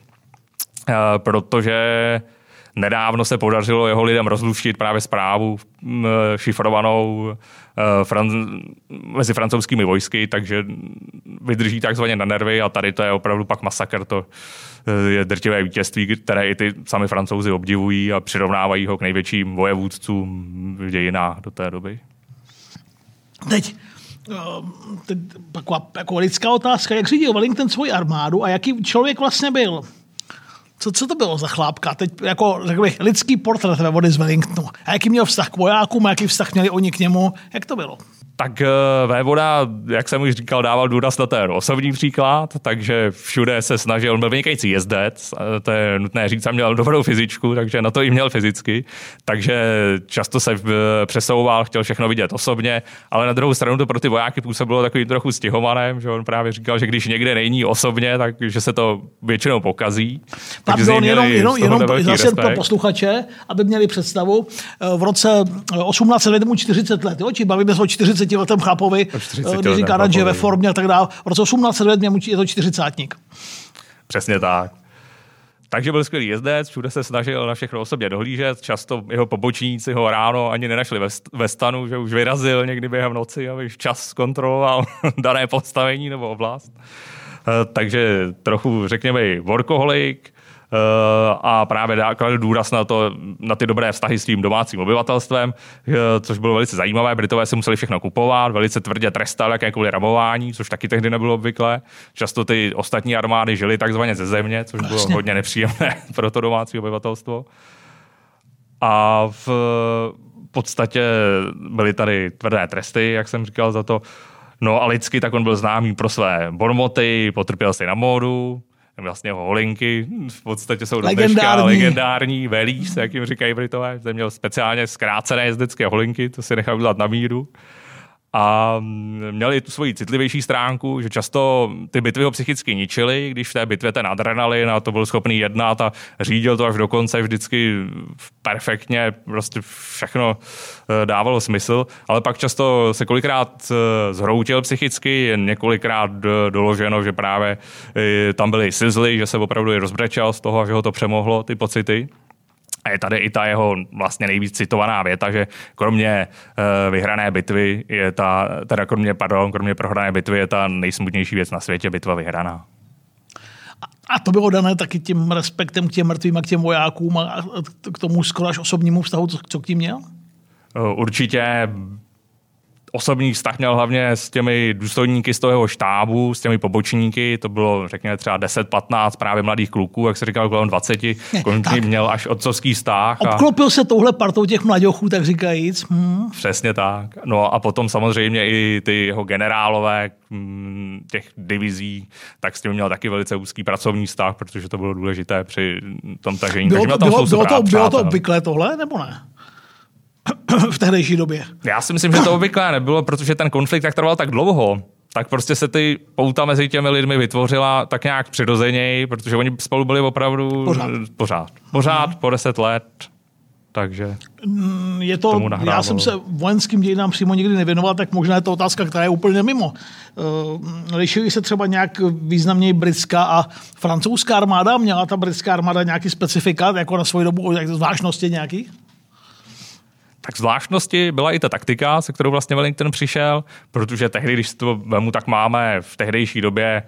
protože nedávno se podařilo jeho lidem rozluštit právě zprávu šifrovanou mezi francouzskými vojsky, takže vydrží takzvaně na nervy a tady to je opravdu pak masakr, to je drtivé vítězství, které i ty sami Francouzi obdivují a přirovnávají ho k největším vojevůdcům v dějinách do té doby. Teď taková lidská otázka, jak řídil Wellington svoji armádu a jaký člověk vlastně byl? Co to bylo za chlápka? Teď jako, řekl bych, lidský portrét ve vody z Wellingtonu. A jaký měl vztah k vojákům, a jaký vztah měli oni k němu? Jak to bylo? Tak vévoda, jak jsem už říkal, dával důraz na ten osobní příklad, takže všude se snažil, on byl vynikající jezdec, to je nutné říct, a měl dobrou fyzičku, takže na to i měl fyzicky, takže často se přesouval, chtěl všechno vidět osobně, ale na druhou stranu to pro ty vojáky působilo takovým trochu stěhovaném, že on právě říkal, že když někde není osobně, takže se to většinou pokazí. Pardon, jenom zase pro posluchače, aby měli představu, v roce 1809 mu 40 let, jo? Či bavíme se o 40letém chlapovi, když říká rád, že ve formě a tak dále. V roce 1809 je to 40. Přesně tak. Takže byl skvělý jezdec, všude se snažil na všechno osobně dohlížet, často jeho pobočníci ho ráno ani nenašli ve stanu, že už vyrazil někdy během noci, aby včas zkontroloval dané postavení nebo oblast. Takže trochu, řekněme, workoholik, a právě kladl důraz na ty dobré vztahy s tím domácím obyvatelstvem, což bylo velice zajímavé. Britové si museli všechno kupovat, velice tvrdě trestali jakékoliv rabování, což taky tehdy nebylo obvyklé. Často ty ostatní armády žily takzvaně ze země, což bylo hodně nepříjemné pro to domácí obyvatelstvo. A v podstatě byly tady tvrdé tresty, jak jsem říkal, za to. No a lidsky tak on byl známý pro své bonmoty, potrpěl si na módu, vlastně jeho holinky v podstatě jsou do dneška legendární velíř, jak jim říkají Britové. Ten měl speciálně zkrácené jezdecké holinky, to si nechal udělat na míru. A měl i tu svoji citlivější stránku, že často ty bitvy ho psychicky ničily, když v té bitvě ten adrenalin a to byl schopný jednat a řídil to až do konce vždycky perfektně, prostě všechno dávalo smysl, ale pak často se kolikrát zhroutil psychicky, jen několikrát doloženo, že právě tam byly slzy, že se opravdu rozbrečel z toho, že ho to přemohlo, ty pocity. A je tady i ta jeho vlastně nejvíc citovaná věta, že kromě vyhrané bitvy je kromě prohrané bitvy je ta nejsmutnější věc na světě bitva vyhraná. A to bylo dané taky tím respektem k těm mrtvým a k těm vojákům a k tomu skoro až osobnímu vztahu, co k tím měl? Určitě. Osobní vztah měl hlavně s těmi důstojníky z toho štábu, s těmi pobočníky, to bylo, řekněme, třeba 10-15 právě mladých kluků, jak se říkal, kolem 20, konečně měl až otcovský vztah. Obklopil se touhle partou těch mladěchů, tak říkajíc. Přesně tak. No a potom samozřejmě i ty jeho generálové těch divizí, tak s tím měl taky velice úzký pracovní vztah, protože to bylo důležité při tom tažení. Bylo to obvyklé tohle, nebo ne? V tehdejší době. Já si myslím, že to obvyklé nebylo, protože ten konflikt tak trval tak dlouho, tak prostě se ty pouta mezi těmi lidmi vytvořila tak nějak přirozeněji, protože oni spolu byli opravdu pořád po 10 let. Takže je to, já jsem se vojenským dějinám přímo nikdy nevěnoval, tak možná je to otázka, která je úplně mimo. Lišují se třeba nějak významněji britská a francouzská armáda? Měla ta britská armáda nějaký specifikát, jako na svoji dobu, zvláštnosti nějaký? Tak zvláštnosti byla i ta taktika, se kterou vlastně Wellington přišel, protože tehdy, když to vemu, tak máme v tehdejší době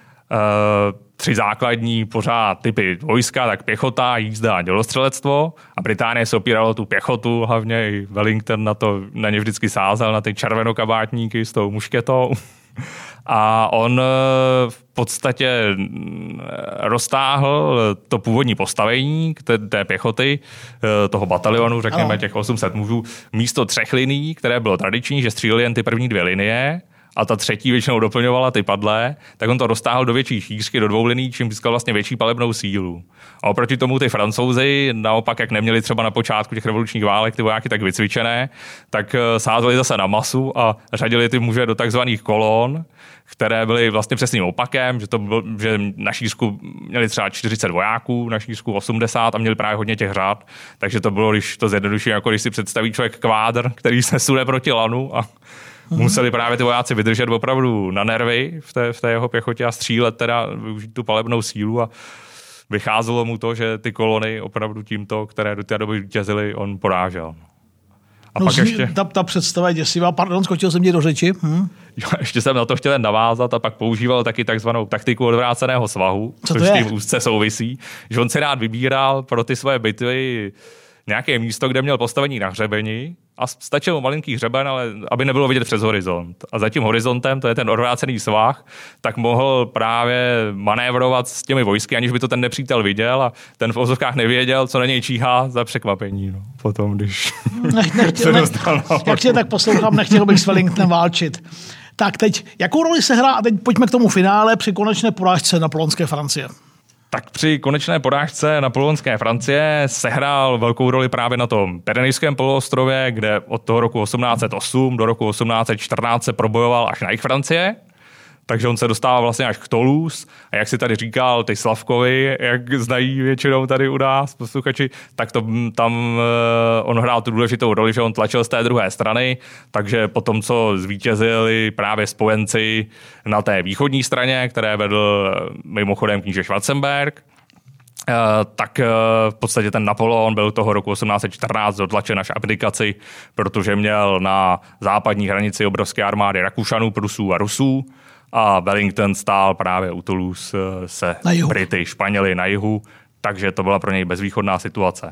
3 základní pořád typy vojska, tak pěchota, jízda a dělostřelectvo. A Británie se opíralo tu pěchotu, hlavně i Wellington na ně vždycky sázel, na ty červenokabátníky s tou mušketou. A on v podstatě roztáhl to původní postavení té pěchoty, toho batalionu, řekněme těch 800 mužů, místo 3 linií, které bylo tradiční, že stříleli jen ty první 2 linie, a ta třetí většinou doplňovala ty padlé, tak on to roztáhl do větší šířky, do 2 linií, čím získal vlastně větší palebnou sílu. A oproti tomu ty Francouzi, naopak, jak neměli třeba na počátku těch revolučních válek ty vojáky tak vycvičené, tak sázeli zase na masu a řadili ty muže do takzvaných kolon, které byly vlastně přesným opakem, že na šířku měli třeba 40 vojáků, na šířku 80 a měli právě hodně těch řad. Takže to bylo, když to zjednoduší, jako když si představí člověk kvádr, který se sune proti lanu a museli právě ty vojáci vydržet opravdu na nervy v té jeho pěchotě a střílet, teda využít tu palebnou sílu a vycházelo mu to, že ty kolony opravdu tímto, které do té doby vítězily, on porážel. A pak ještě... Ta představa je děsivá. Pardon, skočil jsem ti do řeči. Jo, ještě jsem na to chtěl navázat a pak používal taky takzvanou taktiku odvráceného svahu, což s tím úzce souvisí, že on si rád vybíral pro ty svoje bitvy nějaké místo, kde měl postavení na hřebeni a stačil malinký hřeben, ale aby nebylo vidět přes horizont. A za tím horizontem, to je ten odvrácený svah, tak mohl právě manévrovat s těmi vojsky, aniž by to ten nepřítel viděl a ten v ozovkách nevěděl, co na něj číhá za překvapení. No. Potom, když jak tě tak poslouchám, nechtěl bych s Wellingtonem válčit. Tak teď, jakou roli se hrá, a teď pojďme k tomu finále při konečné porážce napoleonské Francie. Tak při konečné porážce napoleonské Francie sehrál velkou roli právě na tom Pyrenejském poloostrově, kde od toho roku 1808 do roku 1814 se probojoval až na jih Francie. Takže on se dostává vlastně až k Toulouse a jak si tady říkal, ty Slavkovi, jak znají většinou tady u nás posluchači, tak tam on hrál tu důležitou roli, že on tlačil z té druhé strany, takže potom, co zvítězili právě spojenci na té východní straně, které vedl mimochodem kníže Schwarzenberg, tak v podstatě ten Napoleon byl toho roku 1814 dotlačen až abdikaci, protože měl na západní hranici obrovské armády Rakušanů, Prusů a Rusů, a Wellington stál právě u Toulouse se Brity, Španěli na jihu, takže to byla pro něj bezvýchodná situace.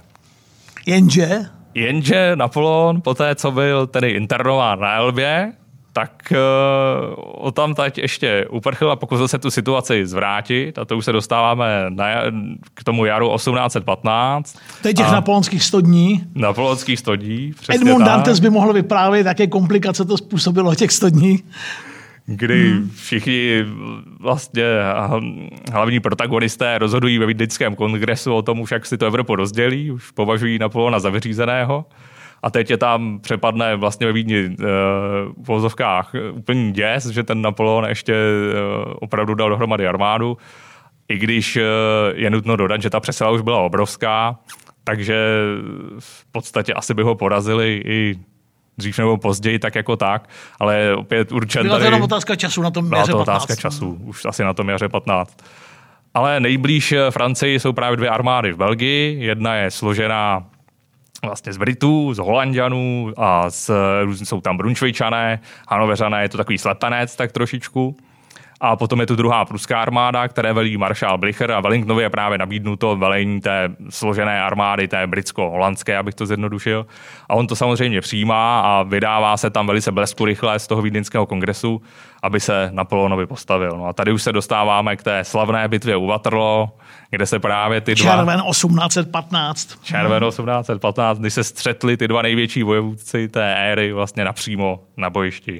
Jenže Napoleon, poté co byl tedy internován na Elbě, tak tam teď ještě uprchl a pokusil se tu situaci zvrátit a to už se dostáváme k tomu jaru 1815. To je těch napoleonských 100 dní. Napoleonských 100 dní, přesně Edmond Dantes by mohl vyprávět, jaké komplikace to způsobilo těch 100 dní. Kdy všichni vlastně hlavní protagonisté rozhodují ve Vídeňském kongresu o tom, už jak si to Evropu rozdělí, už považují Napoleona za vyřízeného. A teď je tam přepadne vlastně ve Vídni v vozovkách úplný děs, že ten Napoleon ještě opravdu dal dohromady armádu. I když je nutno dodat, že ta přesila už byla obrovská, takže v podstatě asi by ho porazili i dřív nebo později, tak jako tak, ale opět určitě byla to jenom otázka času na tom jaře 15. Byla to otázka času, už asi na tom jaře 15. Ale nejblíž Francii jsou právě dvě armády v Belgii. Jedna je složená vlastně z Britů, z Holanďanů a jsou tam Brunšvejčané, Hanoveřané, je to takový slepenec tak trošičku. A potom je tu druhá pruská armáda, které velí maršál Blücher a Wellingtonovi je právě nabídnuto velení té složené armády, té britsko-holandské, abych to zjednodušil. A on to samozřejmě přijímá a vydává se tam velice bleskurychle z toho Vídeňského kongresu, aby se Napoleonovi postavil. No a tady už se dostáváme k té slavné bitvě u Waterloo, kde se právě ty Červen 1815. Červen 1815, kdy se střetli ty dva největší vojevůdci té éry vlastně napřímo na bojišti.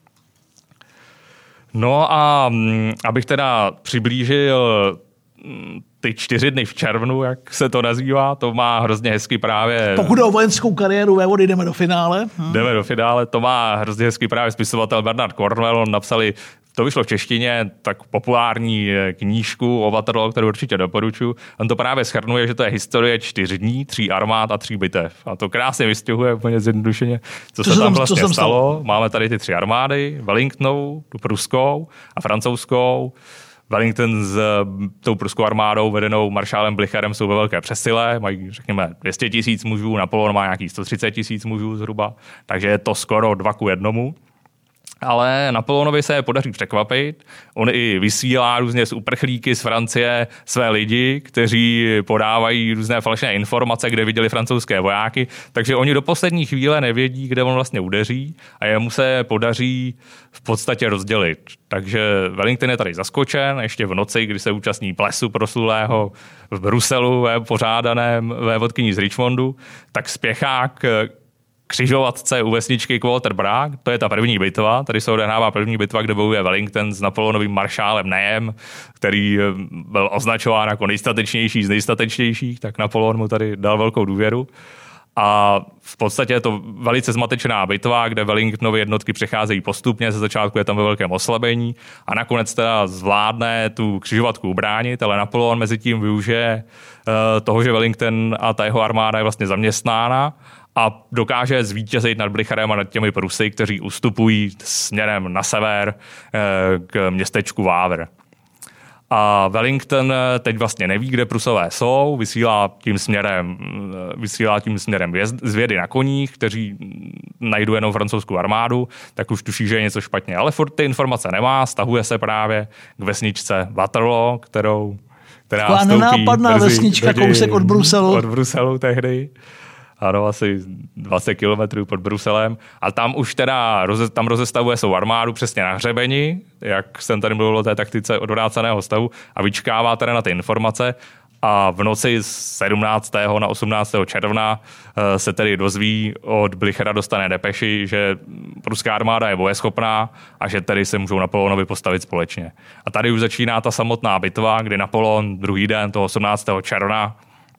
No a abych teda přiblížil ty 4 dny v červnu, jak se to nazývá, to má hrozně hezky právě... Pokud o vojenskou kariéru vévody jdeme do finále. Jdeme do finále, to má hrozně hezky právě spisovatel Bernard Cornwell, on napsali, to vyšlo v češtině, tak populární knížku o Waterloo, kterou určitě doporučuji. On to právě shrnuje, že to je historie 4 dní, 3 armád a 3 bitev. A to krásně vystihuje úplně zjednodušeně, co se tam vlastně stalo. Máme tady ty 3 armády, Wellingtonovou, tu pruskou a francouzskou. Wellington s tou pruskou armádou vedenou maršálem Blücherem jsou ve velké přesile, mají řekněme 200 000 mužů, Napoleon má nějakých 130 000 mužů zhruba, takže je to skoro 2:1. Ale Napoleonovi se podaří překvapit. On i vysílá různě z uprchlíky z Francie své lidi, kteří podávají různé falešné informace, kde viděli francouzské vojáky, takže oni do poslední chvíle nevědí, kde on vlastně udeří a jemu se podaří v podstatě rozdělit. Takže Wellington je tady zaskočen, ještě v noci, kdy se účastní plesu proslulého v Bruselu, pořádaném vévodkyní z Richmondu, tak spěchá k křižovatce u vesničky Quater-Brac, to je ta první bitva, tady se odehrává první bitva, kde bojuje Wellington s Napoleonovým maršálem Neyem, který byl označován jako nejstatečnější z nejstatečnějších, tak Napoleon mu tady dal velkou důvěru. A v podstatě je to velice zmatečná bitva, kde Wellingtonovy jednotky přecházejí postupně, ze začátku je tam ve velkém oslabení a nakonec teda zvládne tu křižovatku ubránit, ale Napoleon mezi tím využije toho, že Wellington a ta jeho armáda je vlastně zaměstnána a dokáže zvítězit nad Blücherem a nad těmi Prusy, kteří ustupují směrem na sever k městečku Wavre. A Wellington teď vlastně neví, kde Prusové jsou, vysílá tím směrem zvědy na koních, kteří najdou jenom francouzskou armádu, tak už tuší, že je něco špatně. Ale furt ty informace nemá, stahuje se právě k vesničce Waterloo, která nenápadná vesnička kousek od Bruselu. Od Bruselu tehdy. Ano, asi 20 kilometrů pod Bruselem. A tam už teda tam rozestavuje svou armádu přesně na hřebeni, jak jsem tady mluvil o té taktice odvráceného stavu, a vyčkává teda na ty informace. A v noci z 17. na 18. června se tedy dozví od Blichera, dostane depeši, že pruská armáda je bojeschopná a že tedy se můžou Napoleonovi postavit společně. A tady už začíná ta samotná bitva, kdy Napoleon druhý den toho 18. června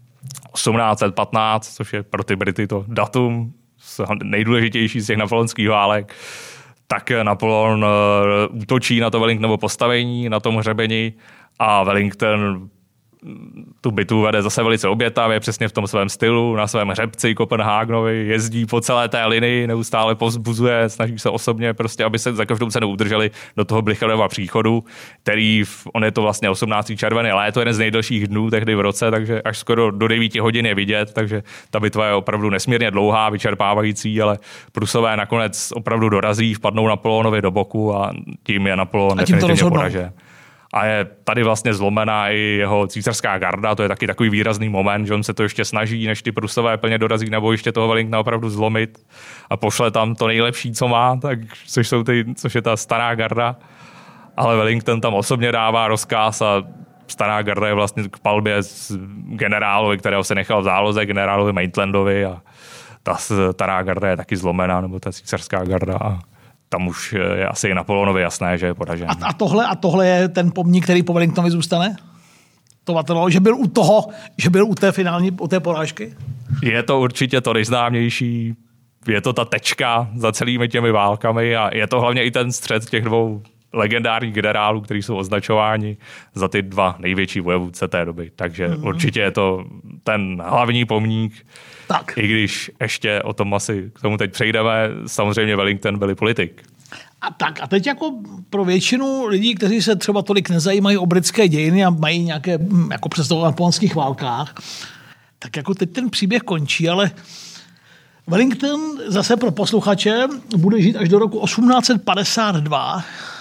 1815, což je pro ty Brity to datum nejdůležitější z těch napoleonských válek, tak Napoleon útočí na to Wellingtonovo postavení, na tom hřebeni, a Wellington tu bitvu vede zase velice obětavě, přesně v tom svém stylu, na svém hřebci Kopenhagenovi, jezdí po celé té linii, neustále povzbuzuje, snaží se osobně, prostě, aby se za každou cenu udrželi do toho Blicherova příchodu, on je to vlastně 18. červený, ale je to jeden z nejdelších dnů tehdy v roce, takže až skoro do 9 hodin je vidět, takže ta bitva je opravdu nesmírně dlouhá, vyčerpávající, ale Prusové nakonec opravdu dorazí, vpadnou Napoleonovi do boku a tím je Napoleon definitivně poražen. A je tady vlastně zlomená i jeho císařská garda, to je taky takový výrazný moment, že on se to ještě snaží, než ty Prusové plně dorazí na bojiště toho Wellingtona opravdu zlomit a pošle tam to nejlepší, co má, což je ta stará garda. Ale Wellington tam osobně dává rozkaz a stará garda je vlastně k palbě s generálovi, kterého se nechal v záloze, generálovi Maitlandovi, a ta stará garda je taky zlomená, nebo ta císařská garda. A tam už je asi i Napoleonovi jasné, že je poražen. A tohle je ten pomník, který po Wellingtonovi zůstane? To Waterloo, že byl u té finální, u té porážky? Je to určitě to nejznámější. Je to ta tečka za celými těmi válkami a je to hlavně i ten střet těch dvou legendárních generálů, kteří jsou označováni za ty dva největší vojevůdce té doby. Takže určitě je to ten hlavní pomník. Tak. I když ještě o tom asi k tomu teď přejdeme, samozřejmě Wellington byl politik. A teď jako pro většinu lidí, kteří se třeba tolik nezajímají o britské dějiny a mají nějaké jako představu o napoleonských válkách, tak jako teď ten příběh končí, ale Wellington zase pro posluchače bude žít až do roku 1852,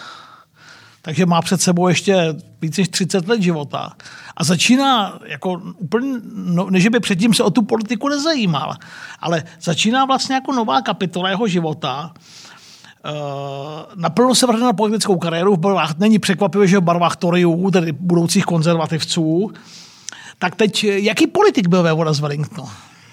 takže má před sebou ještě víc než 30 let života. A začíná jako úplně, ne že by předtím se o tu politiku nezajímal, ale začíná vlastně jako nová kapitola jeho života. Naplno se vrhne na politickou kariéru v barvách, není překvapivé, že v barvách Toryů, tedy budoucích konzervativců. Tak teď, jaký politik byl vévoda z Wellingtonu?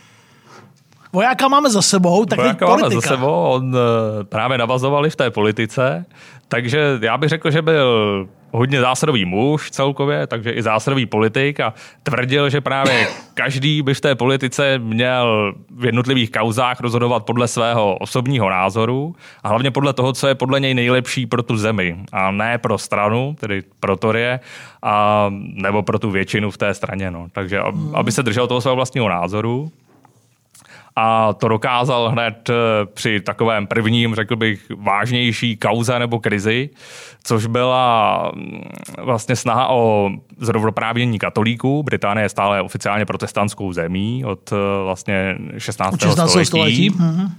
Vojáka máme za sebou, tak teď politika. Máme za sebou, on právě navazovali v té politice, takže já bych řekl, že byl hodně zásadový muž celkově, takže i zásadový politik a tvrdil, že právě každý by v té politice měl v jednotlivých kauzách rozhodovat podle svého osobního názoru a hlavně podle toho, co je podle něj nejlepší pro tu zemi a ne pro stranu, tedy pro Toryje, nebo pro tu většinu v té straně. No. Takže aby se držel toho svého vlastního názoru. A to dokázal hned při takovém prvním, řekl bych, vážnější kauze nebo krizi, což byla vlastně snaha o zrovnoprávnění katolíků. Británie je stále oficiálně protestantskou zemí od vlastně 16. století.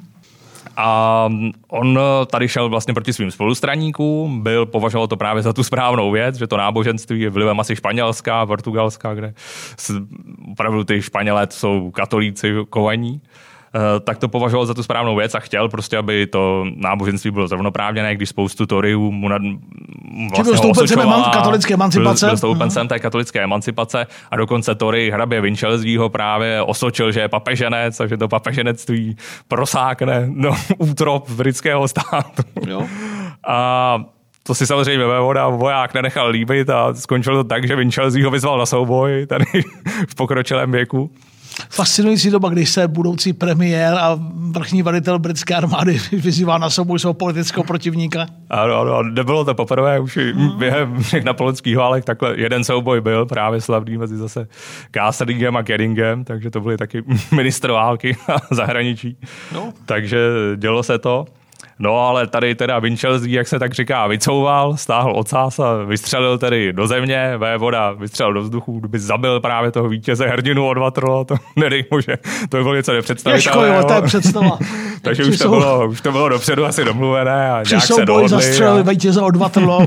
A on tady šel vlastně proti svým spolustraníkům, považoval to právě za tu správnou věc, že to náboženství je vlivem asi Španělska, Portugalska, kde opravdu ty Španělé jsou katolíci kovaní. Tak to považoval za tu správnou věc a chtěl prostě, aby to náboženství bylo zrovnoprávněné, když spoustu Toryů mu vlastně osočovala. Katolické emancipace. Byl stoupencem té katolické emancipace a dokonce Tory hrabě Winchelseyho právě osočil, že je papeženec a že to papeženectví prosákne do útrop britského státu. Jo. A to si samozřejmě voják nenechal líbit a skončilo to tak, že Winchelsey ho vyzval na souboj tady v pokročilém věku. Fascinující doba, když se budoucí premiér a vrchní velitel britské armády vyzývá na souboj svého politického protivníka. Ano, nebylo to poprvé, už během těch napoleonských válek takhle jeden souboj byl právě slavný mezi zase Castlingem a Keringem, takže to byly taky ministr války a zahraničí. No. Takže dělo se to. No, ale tady teda Winchelsea, jak se tak říká, vycouval, stáhl ocas a vystřelil tedy do země, vévoda vystřelil do vzduchu, kdyby zabil právě toho vítěze hrdinu od Waterloo, to nedej mu, že to by bylo něco nepředstavitelného. To je představa. Takže už to bylo dopředu asi domluvené a nějak se dohodli. Zastřelili vítěze od Waterloo.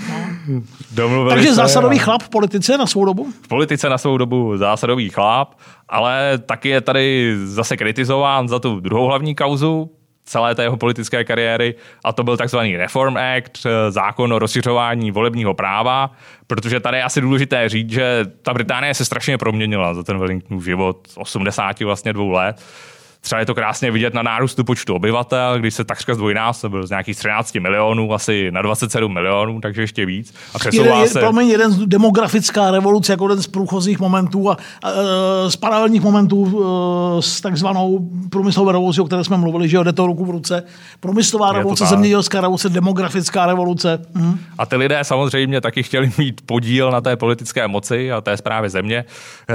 Takže zásadový chlap v politice na svou dobu? V politice na svou dobu zásadový chlap, ale taky je tady zase kritizován za tu druhou hlavní kauzu celé té jeho politické kariéry a to byl takzvaný Reform Act, zákon o rozšiřování volebního práva, protože tady je asi důležité říct, že ta Británie se strašně proměnila za ten Wellingtonův život 82 let. Třeba je to krásně vidět na nárůstu počtu obyvatel, když se takřka zdvojnásobil z nějakých 13 milionů asi na 27 milionů, takže ještě víc. A přesouvá se... Promiň, jeden z demografická revoluce, jako jeden z průchozích momentů a z paralelních momentů s takzvanou průmyslovou revolucí, o které jsme mluvili, že jde to ruku v ruce. Průmyslová revoluce, zemědělská revoluce, demografická revoluce. A ty lidé samozřejmě taky chtěli mít podíl na té politické moci a té správě země.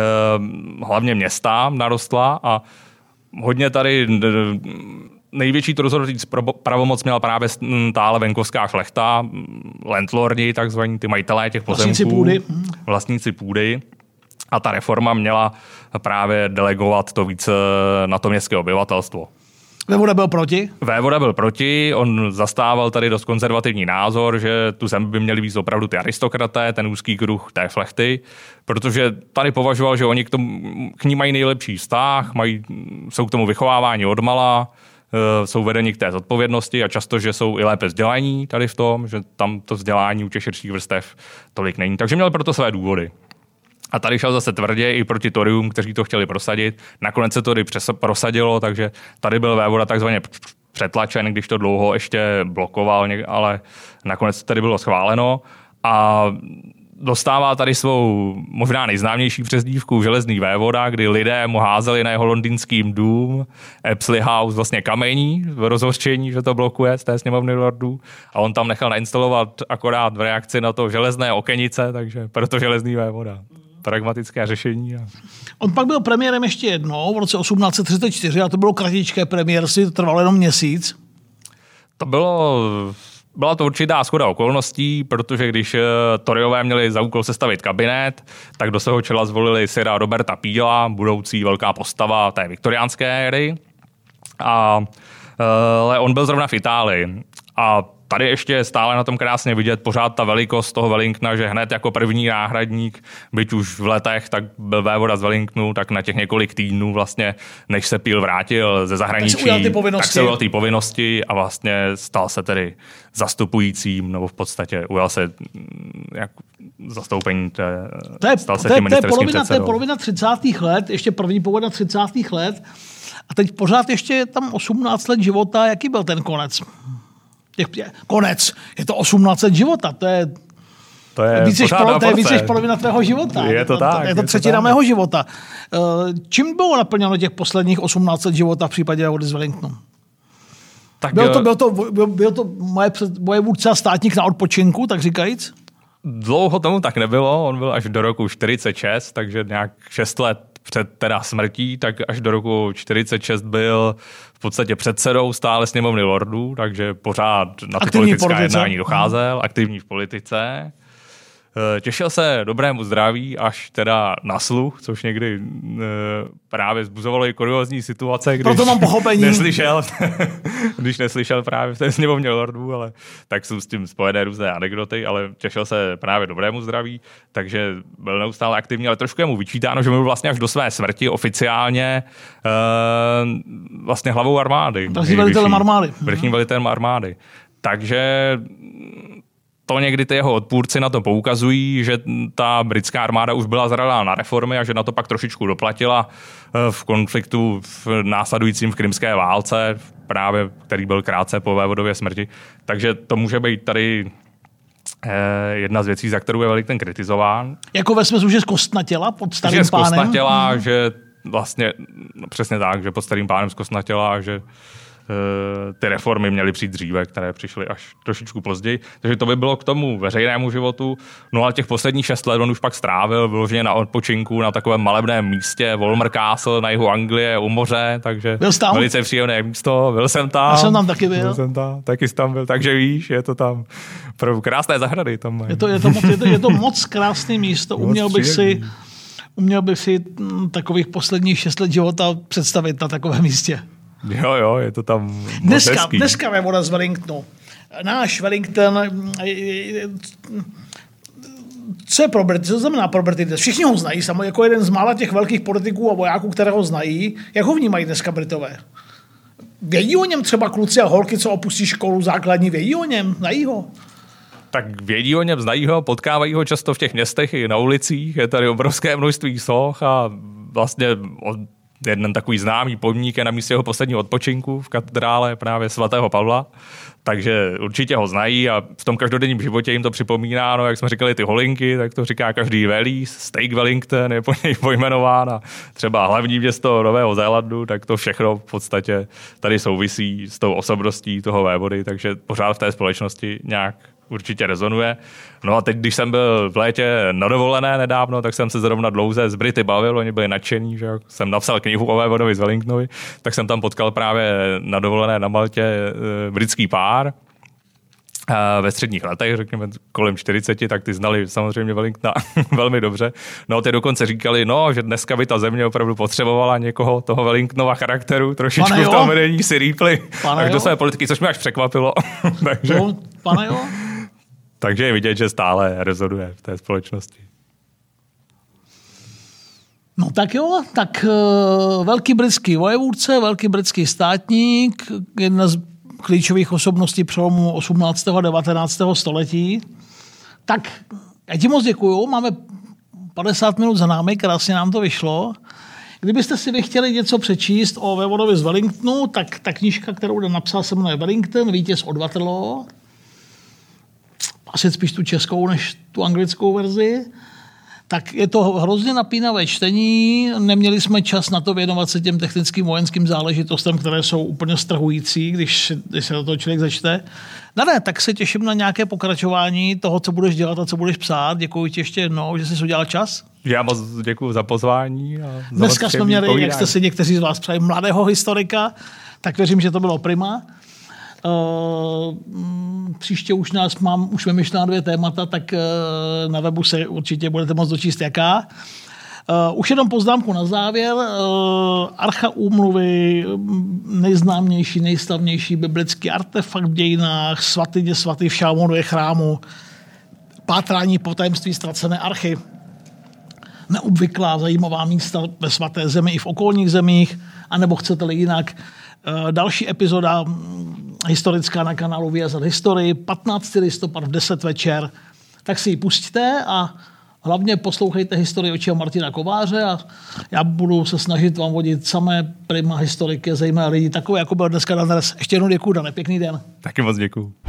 Hlavně města narostla a hodně tady největší to rozhodující pravomoc měla právě tále venkovská šlechta, landlordi, takzvaní ty majitelé těch pozemků, vlastníci půdy. A ta reforma měla právě delegovat to více na to městské obyvatelstvo. Vévoda byl proti? Vévoda byl proti, on zastával tady dost konzervativní názor, že tu zemi by měli být opravdu ty aristokraté, ten úzký kruh té šlechty, protože tady považoval, že oni k ní mají nejlepší vztah, jsou k tomu vychovávání odmala, jsou vedeni k té zodpovědnosti a často, že jsou i lépe vzdělaní tady v tom, že tam to vzdělání u těch širších vrstev tolik není. Takže měl proto své důvody. A tady šel zase tvrdě i proti Toryům, kteří to chtěli prosadit. Nakonec se to prosadilo, takže tady byl vévoda takzvaně přetlačen, když to dlouho ještě blokoval, ale nakonec to tady bylo schváleno. A dostává tady svou možná nejznámější přezdívku Železný vévoda, kdy lidé mu házeli na jeho londýnským dům, Apsley House, vlastně kamení v rozhořčení, že to blokuje z té sněmovny lordů. A on tam nechal nainstalovat akorát v reakci na to železné okenice, takže proto Železný vévoda. Pragmatické řešení. On pak byl premiérem ještě jednou v roce 1834 a to bylo kratičké premiérství, to trvalo jenom měsíc. Byla to určitá shoda okolností, protože když Toryové měli za úkol sestavit kabinet, tak do svého čela zvolili sira Roberta Peela, budoucí velká postava té viktoriánské éry. Ale on byl zrovna v Itálii. A tady ještě je stále na tom krásně vidět pořád ta velikost toho Wellingtona, že hned jako první náhradník, byť už v letech, tak byl vévoda z Wellingtonu, tak na těch několik týdnů vlastně, než se Peel vrátil ze zahraničí, tak se ujal ty povinnosti a vlastně stal se tedy zastupujícím, nebo v podstatě ujal se jak zastoupení, stal se tím ministerským předsedou. To je polovina 30. let, ještě první polovina 30. let a teď pořád ještě je tam 18 let života, jaký byl ten konec? Konec. Je to 18 let života. To je víc než polovina tvého života. Je to tak. Je to třetina mého života. Čím bylo naplněno těch posledních 18 let života v případě vévody z Wellingtonu? Byl to moje vůdce a státník na odpočinku, tak říkajíc? Dlouho tomu tak nebylo. On byl až do roku 46, takže nějak 6 let před teda smrtí, tak až do roku 46 byl v podstatě předsedou stále sněmovny lordů, takže pořád na ty politická jednání docházel, aktivní v politice. Těšil se dobrému zdraví až teda na sluch, což někdy právě vzbuzovalo i kuriózní situace, když neslyšel právě v té sněmovně lordů, ale tak jsou s tím spojené různé anekdoty, ale těšil se právě dobrému zdraví, takže byl neustále aktivní, ale trošku je mu vyčítáno, že byl vlastně až do své smrti oficiálně vlastně hlavou armády. Vrchním velitelem armády. Takže to někdy ty jeho odpůrci na to poukazují, že ta britská armáda už byla zralá na reformy a že na to pak trošičku doplatila v konfliktu v následujícím v krymské válce, právě který byl krátce po vévodově smrti. Takže to může být tady jedna z věcí, za kterou je Wellington kritizován. Jako ve smyslu, že zkostnatěla pod starým pánem? Zkostnatěla, že vlastně přesně tak, že pod starým pánem zkostnatěla, že ty reformy měly přijít dříve, které přišly až trošičku později. Takže to by bylo k tomu veřejnému životu. No a těch posledních 6 let on už pak strávil vyloženě na odpočinku na takovém malebném místě Walmer Castle na jihu Anglie u moře, takže velice příjemné místo. Byl jsem tam. Já jsem tam taky byl. Taky jsi tam byl, takže víš, je to tam krásné zahrady. Tam je to moc krásné místo. Uměl bych si takových posledních 6 let života představit na takovém místě. Jo, je to tam Dneska vévoda z Wellingtonu. Náš Wellington, co je pro Brity, co znamená pro Brity? Všichni ho znají, jako jeden z mála těch velkých politiků a vojáků, které ho znají. Jak ho vnímají dneska Britové? Vědí o něm třeba kluci a holky, co opustí školu základní, vědí o něm, znají ho? Tak vědí o něm, znají ho, potkávají ho často v těch městech i na ulicích, je tady obrovské množství soch a vlastně jeden takový známý pomník je na místě jeho posledního odpočinku v katedrále právě svatého Pavla, takže určitě ho znají a v tom každodenním životě jim to připomíná, no, jak jsme říkali ty holinky, tak to říká každý velí, Steak Wellington je po něj pojmenován a třeba hlavní město Nového Zélandu, tak to všechno v podstatě tady souvisí s tou osobností toho vévody, takže pořád v té společnosti nějak určitě rezonuje. No a teď, když jsem byl v létě na dovolené nedávno, tak jsem se zrovna dlouze s Brity bavil, oni byli nadšení, že jsem napsal knihu o vévodovi z Wellingtonu, tak jsem tam potkal právě na dovolené na Maltě britský pár ve středních letech, řekněme kolem 40, tak ty znali samozřejmě Wellingtona velmi dobře. No ty dokonce říkali, že dneska by ta země opravdu potřebovala někoho toho Wellingtonova charakteru, trošičku v tom vedení si rýpli až do své politiky, což mě až překvapilo. Takže... Takže je vidět, že stále rezonuje v té společnosti. No tak velký britský vojevůdce, velký britský státník, jedna z klíčových osobností přelomu 18. a 19. století. Tak já ti moc děkuju, máme 50 minut za námi, krásně nám to vyšlo. Kdybyste si vy chtěli něco přečíst o vévodovi z Wellingtonu, tak ta knížka, kterou napsal, se jmenuje Wellington, vítěz od Waterloo. Asi spíš tu českou než tu anglickou verzi. Tak je to hrozně napínavé čtení. Neměli jsme čas na to věnovat se těm technickým vojenským záležitostem, které jsou úplně strhující, když se do toho člověk začte. Ne, tak se těším na nějaké pokračování toho, co budeš dělat a co budeš psát. Děkuji ti ještě jednou, že jsi udělal čas. Já moc děkuji za pozvání. Dneska jsme měli, povídání. Jak jste si někteří z vás psali, mladého historika, tak věřím, že to bylo prima. Příště už už vymyšlená 2 témata, tak na webu se určitě budete moct dočíst jaká. Už jenom poznámku na závěr. Archa úmluvy, nejznámější, nejslavnější biblický artefakt v dějinách, svatyně svatý v Šalamonově chrámu, pátrání po tajemství ztracené archy, neobvyklá zajímavá místa ve svaté zemi i v okolních zemích, anebo chcete-li jinak, další epizoda historická na kanálu Viasat History, 15. listopad v 10 večer. Tak si ji pustíte a hlavně poslouchejte historii očího Martina Kováře a já budu se snažit vám vodit samé prima historiky, zejména lidi takové, jako byl dneska Dan Dres. Ještě jednou děkuju, Dane, pěkný den. Taky moc děkuju.